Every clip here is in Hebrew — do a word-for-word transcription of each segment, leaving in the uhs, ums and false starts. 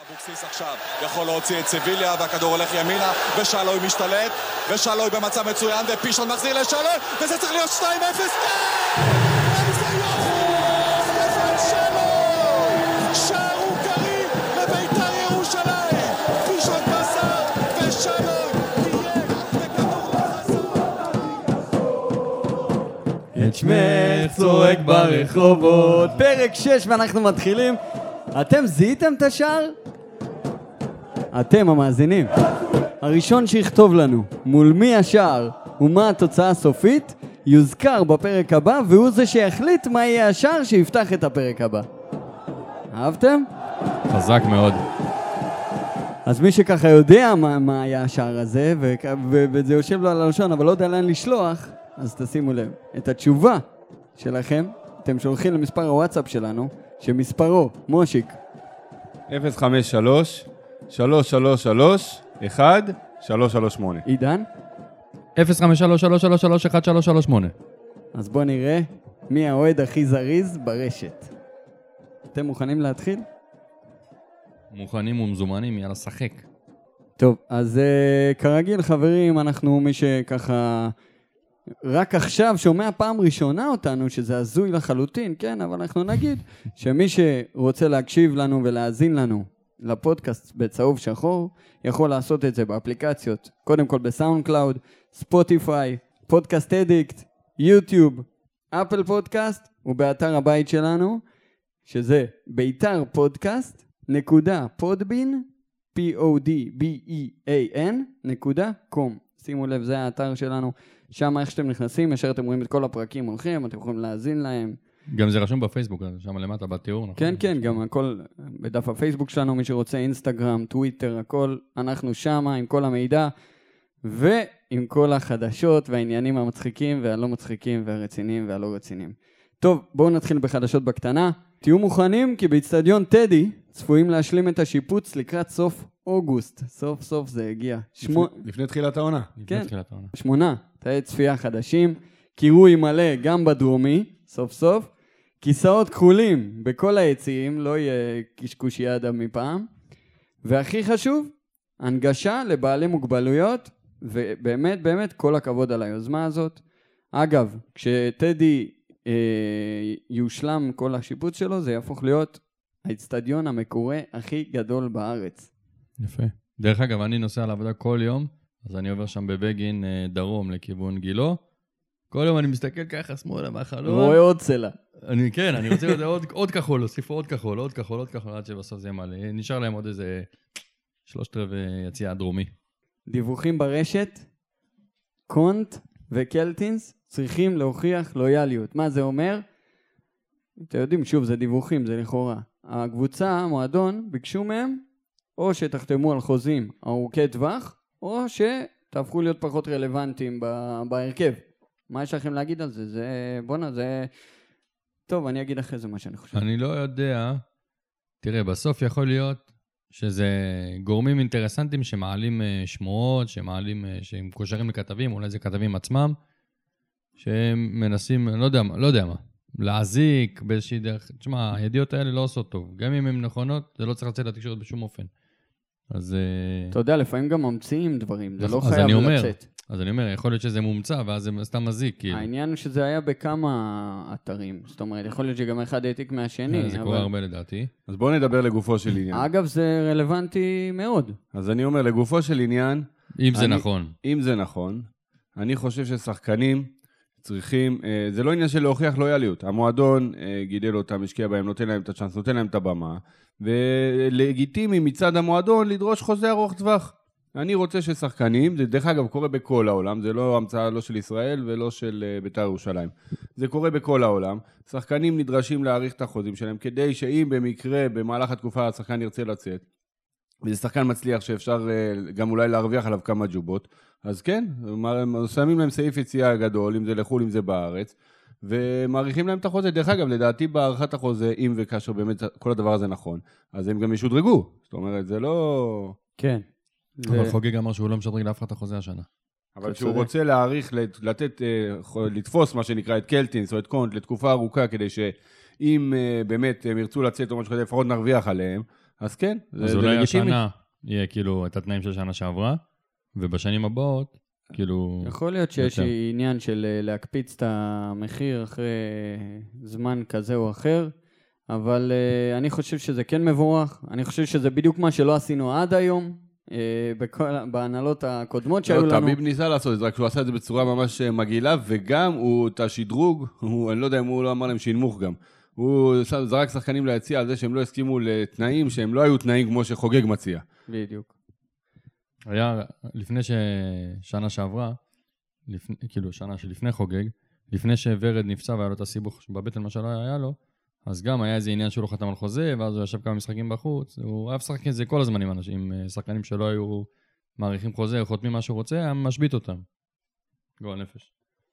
אבוקסיס עכשיו יכול להוציא את סביליה והכדור הולך ימינה ושלוי משתלט ושלוי במצב מצוין ופישון מחזיר לשלוי וזה צריך להיות שתיים אפס. איזה יופי! סטפן שלוי! שער הונגרי לבית"ר ירושלים! פישון מסר ושלוי תהיה וכדור את שמך צועק ברחובות. פרק שש ואנחנו מתחילים. אתם זיהיתם את השער? אתם המאזינים. הראשון שיכתוב לנו מול מי השער ומה התוצאה הסופית יוזכר בפרק הבא, והוא זה שיחליט מה יהיה השער שיפתח את הפרק הבא. אהבתם? חזק מאוד. אז מי שככה יודע מה, מה היה השער הזה ו- ו- וזה יושב לו על הלשון אבל לא יודע לאן לשלוח, אז תשימו לב. את התשובה שלכם אתם שולחים למספר הוואטסאפ שלנו, שמספרו, מושיק, אפס חמש שלוש שלוש שלוש שלוש אחת שלוש שלוש שמונה. עידן? אפס חמש שלוש שלוש שלוש שלוש אחת שלוש שלוש שמונה. אז בוא נראה מי האוהד הכי זריז ברשת. אתם מוכנים להתחיל? מוכנים ומזומנים, יאללה שחק. טוב, אז uh, כרגיל חברים, אנחנו מי שככה רק עכשיו שומע פעם ראשונה אותנו, שזה הזוי לחלוטין, כן, אבל אנחנו נגיד שמי שרוצה להקשיב לנו ולהאזין לנו לפודקאסט בצהוב שחור, יכול לעשות את זה באפליקציות, קודם כל בסאונד קלאוד, ספוטיפיי, פודקאסט אדיקט, יוטיוב, אפל פודקאסט, ובאתר הבית שלנו, שזה ביתר פודקאסט, נקודה פודבין, P-O-D-B-E-A-N, נקודה קום. שימו לב, זה האתר שלנו. שם איך שאתם נכנסים, ישר אתם רואים את כל הפרקים הולכים, אתם יכולים להאזין להם. גם זה רשום בפייסבוק, שם למטה בתיאור, נכון? כן, כן, גם הכל בדף הפייסבוק שלנו, מי שרוצה אינסטגרם, טוויטר, הכל, אנחנו שם עם כל המידע, ועם כל החדשות והעניינים המצחיקים והלא מצחיקים והרציניים והלא רציניים. טוב, בואו נתחיל בחדשות בקטנה. תהיו מוכנים, כי באצטדיון טדי צפויים להשלים את השיפוץ לקראת סוף אוגוסט. סוף סוף זה הגיע. שמו... לפני תחילת העונה. כן, תחילת העונה. שמונה. תאי צפייה חדשים. קירוי מלא גם בדרומי, סוף סוף. כיסאות כחולים בכל היציעים, לא יהיה קשקוש ידה מפעם. והכי חשוב, הנגשה לבעלי מוגבלויות, ובאמת, באמת, כל הכבוד על היוזמה הזאת. אגב, כשטדי אה, יושלם כל השיפוץ שלו, זה יהפוך להיות האצטדיון המקורה הכי גדול בארץ. יפה. דרך אגב, אני נוסע לעבודה כל יום, אז אני עובר שם בבגין דרום לכיוון גילו. כל יום אני מסתכל ככה שמאלה מהחלון. רואה עוד צלע. אני, כן, אני רוצה לראות עוד, עוד כחול, הוסיפו עוד כחול, עוד כחול, עוד כחול, עד שבסוף זה מלא. נשאר להם עוד איזה שלושת רבעי יציאה דרומי. דיווחים ברשת, קונט וקלטינס צריכים להוכיח לויאליות. מה זה אומר? אתם יודעים, שוב, זה דיווחים, זה לכאורה. הקבוצה, המועדון, ביקשו מהם, או שתחתמו על חוזים ארוכי טווח, או שתהפכו להיות פחות רלוונטיים בהרכב. מה יש לכם להגיד על זה? זה, בונה, זה... טוב, אני אגיד אחרי זה מה שאני חושב. אני לא יודע. תראה, בסוף יכול להיות שזה גורמים אינטרסנטים שמעלים שמועות, שמעלים, שהם קושרים לכתבים, אולי זה כתבים עצמם, שהם מנסים, לא יודע, לא יודע מה, להזיק באיזושהי דרך. תשמע, הידיעות האלה לא עושות טוב. גם אם הן נכונות, זה לא צריך לצאת לתקשורת בשום אופן. אז... אתה יודע, לפעמים גם ממציאים דברים, זה לא אז חייב אני אומר, לצאת. אז אני אומר, יכול להיות שזה מומצא, ואז זה סתם מזיק. כאילו. העניין הוא שזה היה בכמה אתרים, זאת אומרת, יכול להיות שגם אחד העתיק מהשני. זה אבל... קורה הרבה לדעתי. אז בואו נדבר לגופו של עניין. אגב, זה רלוונטי מאוד. אז אני אומר, לגופו של עניין... אם זה אני, נכון. אם זה נכון, אני חושב ששחקנים צריכים... אה, זה לא עניין של להוכיח לויאליות. המועדון אה, גידל אותם, משקיע בהם, נותן להם את הצ'אנס, נותן להם את הבמה, ולגיטימי מצד המועדון לדרוש חוזה ארוך טווח. אני רוצה ששחקנים, זה דרך אגב קורה בכל העולם, זה לא המצאה לא של ישראל ולא של uh, בית"ר ירושלים. זה קורה בכל העולם. שחקנים נדרשים להאריך את החוזים שלהם, כדי שאם במקרה, במהלך התקופה, השחקן ירצה לצאת, וזה שחקן מצליח שאפשר uh, גם אולי להרוויח עליו כמה ג'ובות, אז כן, שמים להם סעיף יציאה גדול, אם זה לחול, אם זה בארץ, ומעריכים להם את החוזה. דרך אגב, לדעתי בערכת החוזה, אם וכאשר באמת כל הדבר הזה נכון, אז הם גם ישודרגו. זאת אומרת, זה לא... כן. אבל חוגג אמר שהוא לא משדרג לאף אחד את החוזה השנה. אבל כשהוא רוצה להעריך, לתת, לתפוס מה שנקרא את קלטינס או את קונט לתקופה ארוכה, כדי שאם באמת הם ירצו לצאת או משהו כזה, לפחות נרוויח עליהם, אז כן, אז אולי השנה יהיה כאילו את התנאים של שנה שעברה, ובשנים הבאות, כאילו... יכול להיות שיש עניין של להקפיץ את המחיר אחרי זמן כזה או אחר, אבל uh, אני חושב שזה כן מבורך, אני חושב שזה בדיוק מה שלא עשינו עד היום, uh, בכל, בהנהלות הקודמות שהיו לא, לנו. תמיד ניסה לעשות את זה, רק שהוא עשה את זה בצורה ממש מגעילה, וגם הוא, את השדרוג, הוא, אני לא יודע אם הוא לא אמר להם שינמוך גם, הוא זרק שחקנים להציע על זה שהם לא הסכימו לתנאים, שהם לא היו תנאים כמו שחוגג מציע. בדיוק. היה, לפני ששנה שעברה, לפני, כאילו שנה שלפני חוגג, לפני שוורד נפצע והיה לו את הסיבוך בבטן מה שלא היה לו, אז גם היה איזה עניין שהוא לא חתם על חוזה, ואז הוא ישב כמה משחקים בחוץ, הוא היה משחק את זה כל הזמן עם אנשים, עם שחקנים שלא היו מעריכים חוזה, חותמים מה שהוא רוצה, היה משבית אותם. גועל נפש.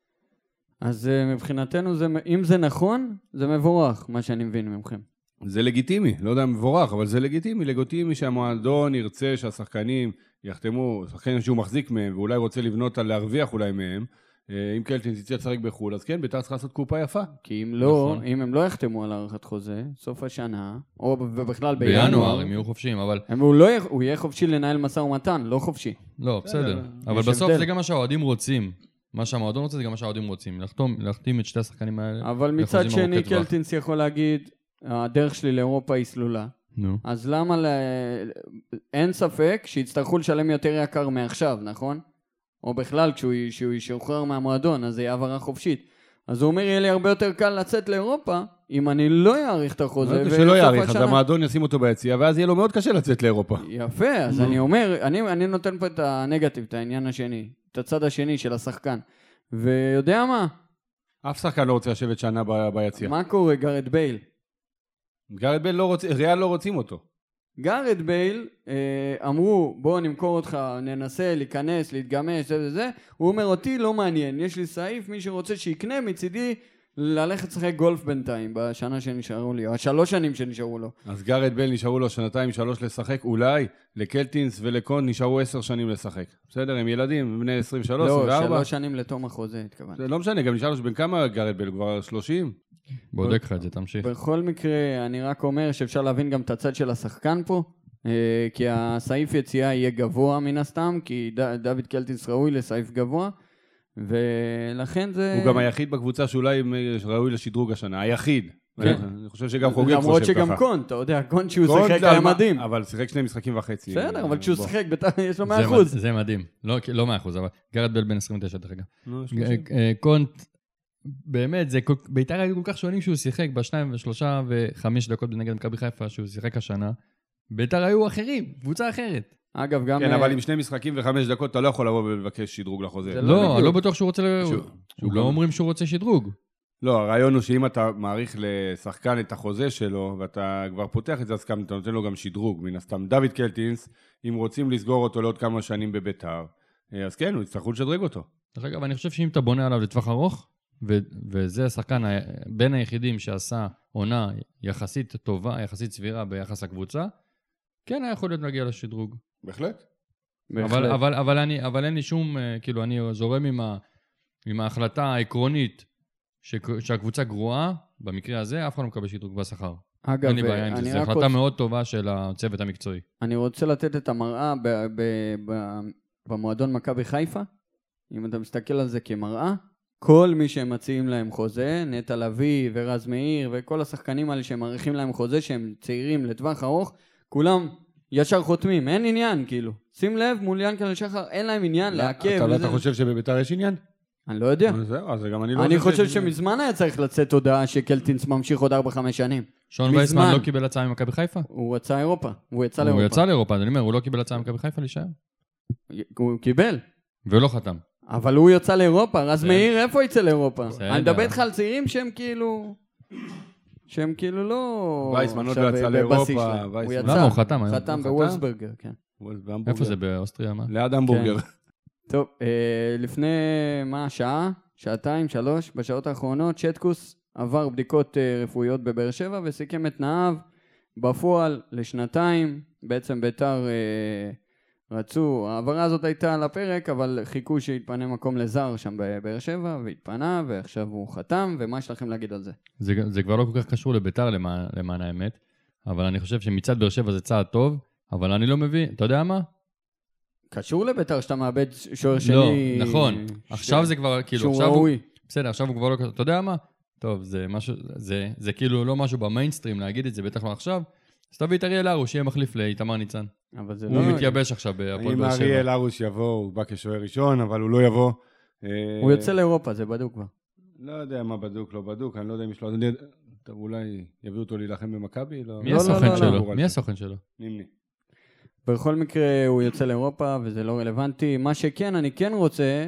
אז מבחינתנו, זה, אם זה נכון, זה מבורך, מה שאני מבין ממכם. זה לגיטימי, לא יודע מבורך, אבל זה לגיטימי, לגיטימי שהמועדון ירצה שהשחקנים יחתמו, שחקנים שהוא מחזיק מהם, ואולי רוצה לבנות על להרוויח אולי מהם, אם קלטינס יצא לשחק בחו"ל, אז כן, בית"ר צריך לעשות קופה יפה. כי אם לא, נכון. אם הם לא יחתמו על הארכת חוזה, סוף השנה, או ובכלל בינואר, בינואר הם יהיו חופשיים, אבל... הם, הוא, לא, הוא יהיה חופשי לנהל משא ומתן, לא חופשי. לא, בסדר. אבל בסוף זה גם מה שהאוהדים רוצים. מה שהמועדון רוצה זה גם מה שהאוהדים רוצים. לחתום, להחתים את שתי השחקנים האלה. אבל מצד שני, קלטינס יכול להגיד, הדרך שלי לאירופה היא סלולה. נו. אז למה, ל... אין ספק שיצטרכו לשלם יותר יקר מעכשיו, נכון? או בכלל, כשהוא, כשהוא ישוחרר מהמועדון, אז זה יהיה עברה חופשית. אז הוא אומר, יהיה לי הרבה יותר קל לצאת לאירופה, אם אני לא יעריך את החוזה. שלא יעריך, אז המועדון ישים אותו ביציאה, ואז יהיה לו מאוד קשה לצאת לאירופה. יפה, אז אני אומר, אני, אני נותן פה את הנגטיב, את העניין השני, את הצד השני של השחקן. ויודע מה? אף שחקן לא רוצה לשבת שנה ב- ביציאה. מה קורה, גארד בייל? גארד בייל לא רוצה, ריאל לא רוצים אותו. גארד בייל, אה, אמרו, בוא נמכור אותך, ננסה להיכנס, להתגמש, זה וזה. הוא אומר, אותי לא מעניין, יש לי סעיף, מי שרוצה שיקנה מצידי ללכת לשחק גולף בינתיים, בשנה שנשארו לי, או השלוש שנים שנשארו לו. אז גארד בייל נשארו לו שנתיים, שלוש לשחק, אולי לקלטינס ולקון נשארו עשר שנים לשחק. בסדר, הם ילדים, בני עשרים ושלוש, עשרים וארבע. לא, שלוש שנים לתום החוזה, התכוון. זה לא משנה, גם נשאר לו שבין כמה גארד בייל, כבר שלושים. בודק לך את זה, תמשיך. בכל מקרה, אני רק אומר שאפשר להבין גם את הצד של השחקן פה, כי הסעיף יציאה יהיה גבוה מן הסתם, כי דוד קלטינס ראוי לסעיף גבוה, ולכן זה... הוא גם היחיד בקבוצה שאולי ראוי לשדרוג השנה, היחיד. אני חושב שגם חוגג חושב ככה. למרות שגם קון, אתה יודע, קון שהוא שיחק היה מדהים. אבל שיחק שני משחקים וחצי. בסדר, אבל כשהוא שיחק, יש לו מאה אחוז. זה מדהים. לא מאה אחוז, אבל גארד בייל בן עשרים ותשע דרך אגב. קונט, באמת, בית"ר היו כל כך שונים שהוא שיחק בשניים ושלושה וחמש דקות נגד מכבי חיפה שהוא שיחק השנה. בית"ר היו אחרים, קבוצה אחרת. אגב, גם... כן, אבל עם שני משחקים וחמש דקות, אתה לא יכול לבוא ולבקש שדרוג לחוזה. לא, לא בטוח שהוא רוצה... לא אומרים שהוא רוצה שדרוג. לא, הרעיון הוא שאם אתה מעריך לשחקן את החוזה שלו, ואתה כבר פותח את זה, אז אתה נותן לו גם שדרוג. מן הסתם, דוד קלטינס, אם רוצים לסגור אותו לעוד כמה שנים בבית"ר, אז כן, הוא יצטרכו לשדרג אותו. דרך אגב, אני חושב שאם אתה בונה עליו לטווח ארוך, וזה השחקן בין היחידים שעשה עונה יחסית טובה, יחסית סבירה ביחס הקבוצה, כן היה יכול להיות להגיע לשדרוג. בהחלט. אבל, אבל, אבל, אני, אבל אין לי שום, כאילו, אני זורם עם, ה, עם ההחלטה העקרונית ש, שהקבוצה גרועה, במקרה הזה, אף אחד לא מקבל שדרוג בשכר. אגב, אין לי בעיה עם זה, זו החלטה רוצ... מאוד טובה של הצוות המקצועי. אני רוצה לתת את המראה ב, ב, ב, במועדון מכבי חיפה, אם אתה מסתכל על זה כמראה, כל מי שהם מציעים להם חוזה, נטע לביא ורז מאיר וכל השחקנים האלה שהם מעריכים להם חוזה שהם צעירים לטווח ארוך, כולם ישר חותמים, אין עניין כאילו. שים לב, מול ינקל שחר אין להם עניין לעכב. אתה חושב שבבית"ר יש עניין? אני לא יודע. אני חושב שמזמן היה צריך לצאת הודעה שקלטינס ממשיך עוד ארבע חמש שנים. שון וייסמן לא קיבל הצעה ממכבי חיפה? הוא יצא אירופה, הוא יצא לאירופה. הוא יצא לאירופה, אני אומר, הוא לא קיבל הצעה ממכבי חיפה להישאר. הוא קיבל. ולא חתם. אבל הוא יצא לאירופה, רז מאיר איפה יצא לאירופה? אני מדבר איתך על צעירים שהם כאילו... שהם כאילו לא... וייסמן עוד לא יצא לאירופה. הוא יצא. למה הוא חתם? חתם בוולסברגר, כן. איפה זה, באוסטריה? ליד המבורגר. טוב, לפני מה, שעה, שעתיים, שלוש, בשעות האחרונות, שטקוס עבר בדיקות רפואיות בבאר שבע וסיכם את תנאיו בפועל לשנתיים. בעצם בית"ר רצו, העברה הזאת הייתה על הפרק, אבל חיכו שהתפנה מקום לזר שם בבאר שבע, והתפנה, ועכשיו הוא חתם, ומה יש לכם להגיד על זה? זה, זה כבר לא כל כך קשור לבית"ר למען, למען האמת. אבל אני חושב שמצד באר שבע זה צעד טוב, אבל אני לא מבין, אתה יודע מה? קשור לביתר שאתה מאבד שוער לא, שני... נכון. עכשיו זה כבר, כאילו, שהוא עכשיו הוא... ראוי. בסדר, עכשיו הוא כבר לא... אתה יודע מה? טוב, זה משהו, זה, זה כאילו לא משהו במיינסטרים להגיד את זה, בטח לא עכשיו. אז תביא את אריאל הרוש, שיהיה מחליף לאיתמר ניצן. אבל זה הוא לא... מתייבש עכשיו בהפועל אם באר שבע. אריאל הרוש יבוא, הוא בא כשוער ראשון, אבל הוא לא יבוא. הוא יוצא לאירופה, זה בדוק כבר. לא יודע מה בדוק, לא בדוק, אני לא יודע אם יש לו... טוב, אולי יביאו אותו להילחם במכבי? מי הסוכן שלו? מי הסוכן שלו? נימני. בכל מקרה הוא יוצא לאירופה וזה לא רלוונטי. מה שכן, אני כן רוצה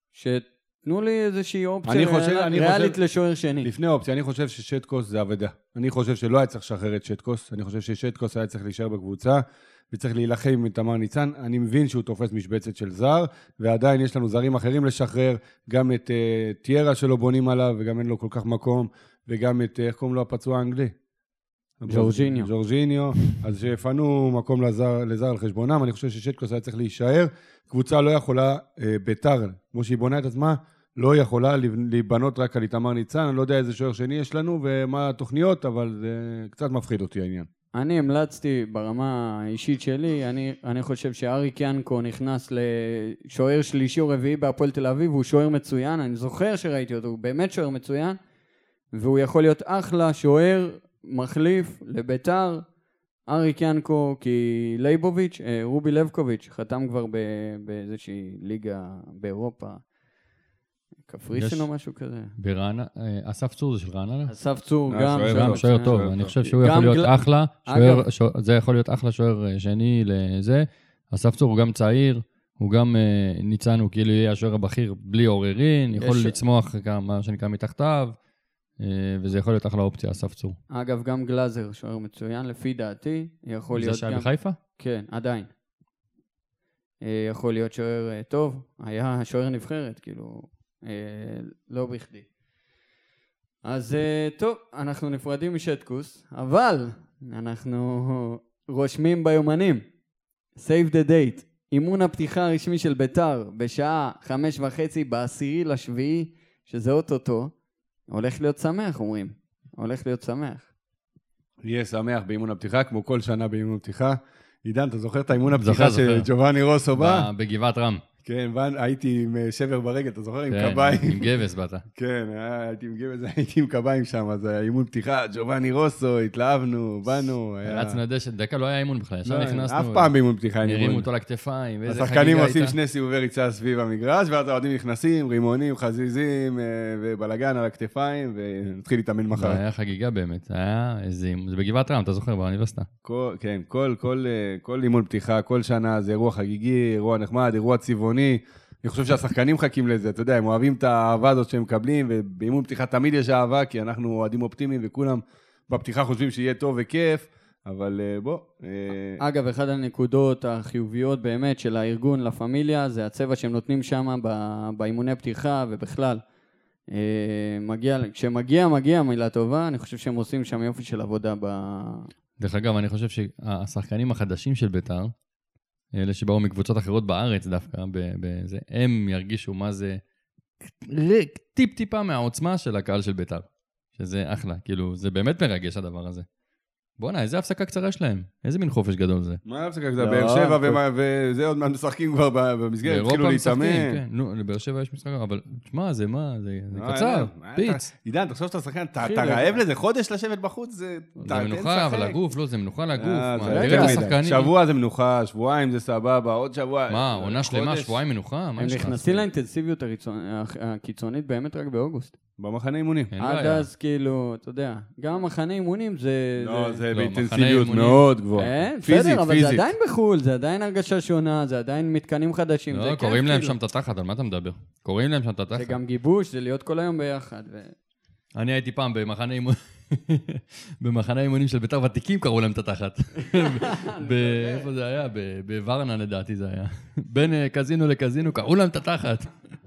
שתנו לי איזושהי אופציה ריאלית לשוער שני. לפני אופציה, אני חושב ששטקוס זה עבדה. אני חושב שלא היה צריך לשחרר את שטקוס, אני חושב ששטקוס היה צריך להישאר בקבוצה, וצריך להילחם עם תמר ניצן. אני מבין שהוא תופס משבצת של זר, ועדיין יש לנו זרים אחרים לשחרר, גם את uh, טיירה שלו בונים עליו, וגם אין לו כל כך מקום, וגם את, איך קוראים לו הפצוע האנגלי? ג'ורג'יניו. ג'ורג'יניו, אז שיפנו מקום לזר, לזר על חשבונם. אני חושב ששטקוס היה צריך להישאר. קבוצה לא יכולה, ביתר, כמו שהיא בונה את עצמה, לא יכולה להיבנות רק על איתמר ניצן. אני לא יודע איזה שוער שני יש לנו ומה התוכניות, אבל זה קצת מפחיד אותי העניין. אני המלצתי ברמה האישית שלי, אני, אני חושב שאריק ינקו נכנס לשוער שלישי או רביעי בהפועל תל אביב, הוא שוער מצוין, אני זוכר שראיתי אותו, הוא באמת שוער מצוין, והוא יכול להיות אחלה שוער מחליף לביתר, אריק ינקו, כי לייבוביץ', רובי לבקוביץ', חתם כבר באיזושהי ליגה באירופה, קפריסין או משהו כזה. ברעננה, אסף צור זה של רעננה? אסף צור גם. גם שוער טוב, אני חושב שהוא יכול להיות אחלה, זה יכול להיות אחלה שוער שני לזה. אסף צור הוא גם צעיר, הוא גם ניצן, הוא כאילו יהיה השוער הבכיר בלי עוררין, יכול לצמוח מה שנקרא מתחתיו. וזה יכול להיות אחלה אופציה, אסף צור. אגב, גם גלאזר, שוער מצוין, לפי דעתי, יכול להיות גם... זה שהיה בחיפה? כן, עדיין. יכול להיות שוער טוב, היה שוער נבחרת, כאילו, לא בכדי. אז טוב, אנחנו נפרדים משטקוס, אבל אנחנו רושמים ביומנים. Save the date. אימון הפתיחה הרשמי של ביתר, בשעה חמש וחצי, בעשירי לשביעי, שזה אוטוטו. הולך להיות שמח, אומרים. הולך להיות שמח. יהיה שמח באימון הפתיחה, כמו כל שנה באימון הפתיחה. עידן, אתה זוכר את האימון הפתיחה של ג'ובאני רוסו בא? בגבעת רם. כן, הייתי עם שבר ברגל, אתה זוכר? עם קביים. עם גבס באת. כן, הייתי עם גבס, הייתי עם קביים שם, אז אימון פתיחה, ג'ובאני רוסו, התלהבנו, באנו. רצנו לדשת, דקה לא היה אימון בכלל, ישר נכנסנו. אף פעם באימון פתיחה. נראים אותו לכתפיים. השחקנים עושים שני סיבובי ריצה סביב המגרש, ואז האוהדים נכנסים, רימונים, חזיזים, ובלגן על הכתפיים, ונתחיל להתאמן מחר. זה היה חגיגה באמת, זה בגבעת רם, אתה זוכר, באוניברסיטה. כן, כל אימון פתיחה, כל שנה, זה אירוע חגיגי, אירוע נחמד, אירוע צבעוני. אני חושב שהשחקנים מחכים לזה, אתה יודע, הם אוהבים את האהבה הזאת שהם מקבלים, ובאימון פתיחה תמיד יש אהבה, כי אנחנו אוהדים אופטימיים, וכולם בפתיחה חושבים שיהיה טוב וכיף, אבל בוא. אגב, אחד הנקודות החיוביות באמת של הארגון לפמיליה, זה הצבע שהם נותנים שם באימוני פתיחה, ובכלל, מגיע, כשמגיע, מגיע מילה טובה, אני חושב שהם עושים שם יופי של עבודה ב... דרך אגב, אני חושב שהשחקנים החדשים של ביתר, אלה שבאו מקבוצות אחרות בארץ דווקא, בזה, הם ירגישו מה זה טיפ-טיפה מהעוצמה של הקהל של ביתר. שזה אחלה, כאילו, זה באמת מרגש הדבר הזה. בוא'נה, איזה הפסקה קצרה שלהם. איזה מין חופש גדול זה. מה הפסקה קצרה? באר שבע וזה עוד מעט משחקים כבר במסגרת, התחילו להתאמן. נו, לבאר שבע יש משחק, אבל תשמע, זה מה, זה קצר, פיץ. עידן, תחשוב שאתה שחקן, אתה רעב לזה, חודש לשבת בחוץ, זה... זה מנוחה, אבל הגוף, לא, זה מנוחה לגוף. שבוע זה מנוחה, שבועיים זה סבבה, עוד שבוע... מה, עונה שלמה, שבועיים מנוחה? הם נכנסים לאינטנסיביות הקיצונית באמת רק באוגוסט. במחנה אימונים. עד אז כאילו, אתה יודע, גם מחנה אימונים זה... לא, זה באינטנסיביות מאוד גבוהה. בסדר, אבל זה עדיין בחול, זה עדיין הרגשה שונה, זה עדיין מתקנים חדשים. לא, קוראים להם שם את התחת, על מה אתה מדבר? קוראים להם שם את התחת. זה גם גיבוש, זה להיות כל היום ביחד. אני הייתי פעם במחנה אימונים, במחנה אימונים של ביתר ותיקים קראו להם את התחת. איפה זה היה? בוורנה לדעתי זה היה. בין קזינו לקזינו קראו להם את התחת.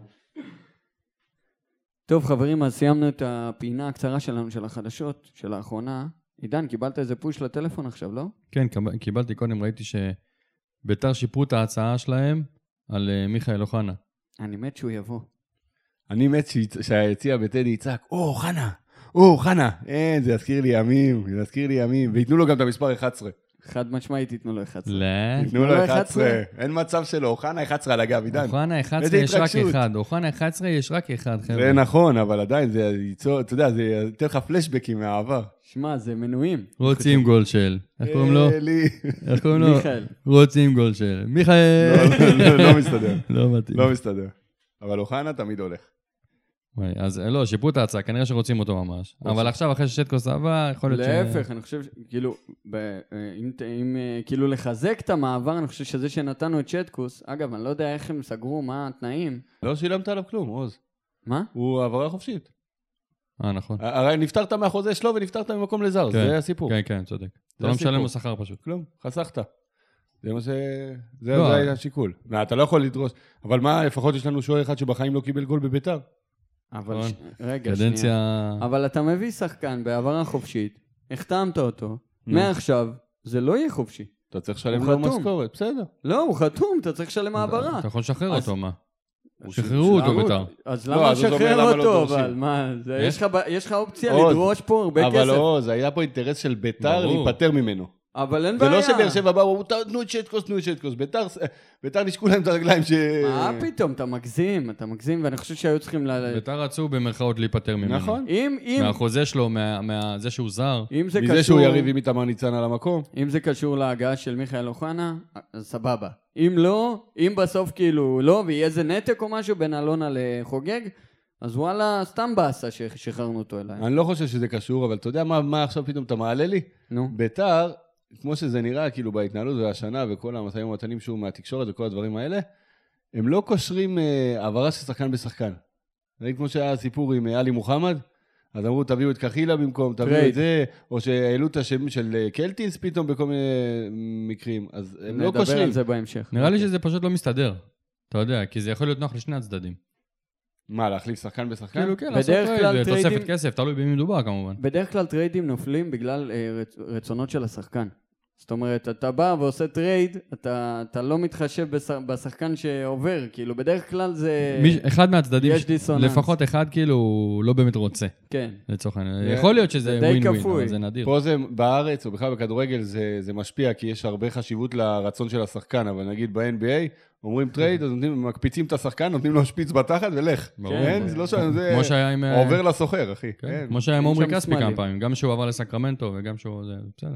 טוב חברים, אז סיימנו את הפינה הקצרה שלנו של החדשות של האחרונה. עידן, קיבלת איזה פוש לטלפון עכשיו, לא? כן, קיבלתי קודם, ראיתי שביתר שיפרו את ההצעה שלהם על מיכאל אוחנה. אני מת שהוא יבוא. אני מת שהיציע בטדי יצעק, או, אוחנה, או, חנה, אין, זה יזכיר לי ימים, זה יזכיר לי ימים, ויתנו לו גם את המספר אחת עשרה. חד משמעית תיתנו לו אחת עשרה. לא. יתנו לו אחת עשרה, אין מצב שלו, אוחנה אחת עשרה על הגב, עידן. אוחנה אחת עשרה יש רק אחד, אוחנה אחת עשרה יש רק אחד, חבר'ה. זה נכון, אבל עדיין זה ייצור, אתה יודע, זה ייתן לך פלשבקים מהעבר. שמע, זה מנויים. רוצים גולדשל. איך קוראים לו? לי. איך קוראים לו? מיכאל. רוצים גולדשל. מיכאל. לא מסתדר. לא מתאים. לא מסתדר. אבל אוחנה תמיד הולך. אז לא, שיפרו את ההצעה, כנראה שרוצים אותו ממש. אבל עכשיו, אחרי ששטקוס עבר, יכול להיות ש... להפך, אני חושב, כאילו, אם כאילו לחזק את המעבר, אני חושב שזה שנתנו את שטקוס, אגב, אני לא יודע איך הם סגרו, מה התנאים. לא שילמת עליו כלום, עוז. מה? הוא העברה חופשית. אה, נכון. הרי נפטרת מהחוזה שלו ונפטרת ממקום לזר, זה הסיפור. כן, כן, צודק. אתה לא משלם לו שכר פשוט. כלום, חסכת. זה מה ש... זה היה השיקול. אתה לא יכול לדרוש. אבל מה, לפחות יש לנו שוער אחד שבחיים לא קיבל גול בביתר. אבל רגע, קדנציה... שנייה. אבל אתה מביא שחקן בעברה חופשית, החתמת אותו, מעכשיו, זה לא יהיה חופשי. אתה צריך לשלם לו משכורת, בסדר. לא, הוא חתום, אתה צריך לשלם העברה. אתה יכול לשחרר אותו, מה? שחררו אותו ביתר. אז למה לשחרר אותו, אבל מה? יש לך אופציה לדרוש פה הרבה כסף. אבל לא, זה היה פה אינטרס של ביתר להיפטר ממנו. אבל אין בעיה. זה לא שבאר שבע באו, תנו את שטקוס, תנו את שטקוס. ביתר נשקו להם את הרגליים ש... מה פתאום, אתה מגזים, אתה מגזים, ואני חושב שהיו צריכים... ביתר רצו במרכאות להיפטר ממנו. נכון. מהחוזה שלו, מזה שהוא זר. מזה שהוא יריב עם איתמר ניצן על המקום. אם זה קשור להגעה של מיכאל אוחנה, אז סבבה. אם לא, אם בסוף כאילו לא, ויהיה איזה נתק או משהו בין אלונה לחוגג, אז וואלה, סתם באסה ששחררנו אותו אליי. אני לא חושב שזה קשור, אבל אתה יודע מה עכשיו פתאום אתה מעלה לי? נו. ביתר, כמו שזה נראה, כאילו בהתנהלות והשנה וכל המשאים ומתנים שהוא מהתקשורת וכל הדברים האלה, הם לא קושרים העברה של שחקן בשחקן. זה כמו שהיה הסיפור עם אלי מוחמד, אז אמרו תביאו את קחילה במקום, תביאו את זה, או שהעלו את השם של קלטינס פתאום בכל מיני מקרים, אז הם לא קושרים. נדבר על זה בהמשך. נראה לי שזה פשוט לא מסתדר, אתה יודע, כי זה יכול להיות נוח לשני הצדדים. מה, להחליף שחקן בשחקן? כאילו כן, לעשות טרייד, תוספת כסף, תלוי במי מדובר כמובן. בדרך כלל טריידים נופלים בגלל רצונות של השחקן. זאת אומרת, אתה בא ועושה טרייד, אתה, אתה לא מתחשב בשחקן שעובר, כאילו, בדרך כלל זה... אחד מהצדדים, יש דיסוננס. לפחות אחד כאילו לא באמת רוצה. כן. לצורך העניין. יכול להיות שזה ווין ווין, אבל זה נדיר. פה זה בארץ, או בכלל בכדורגל, זה, זה משפיע, כי יש הרבה חשיבות לרצון של השחקן, אבל נגיד ב-אן בי איי, אומרים טרייד, אז נותנים, מקפיצים את השחקן, נותנים לו שפיץ בתחת ולך. כן, זה לא שם, זה עובר לסוחר, אחי. כמו שהיה עם עומרי כספי כמה פעמים, גם שהוא עבר לסקרמנטו וגם שהוא... בסדר.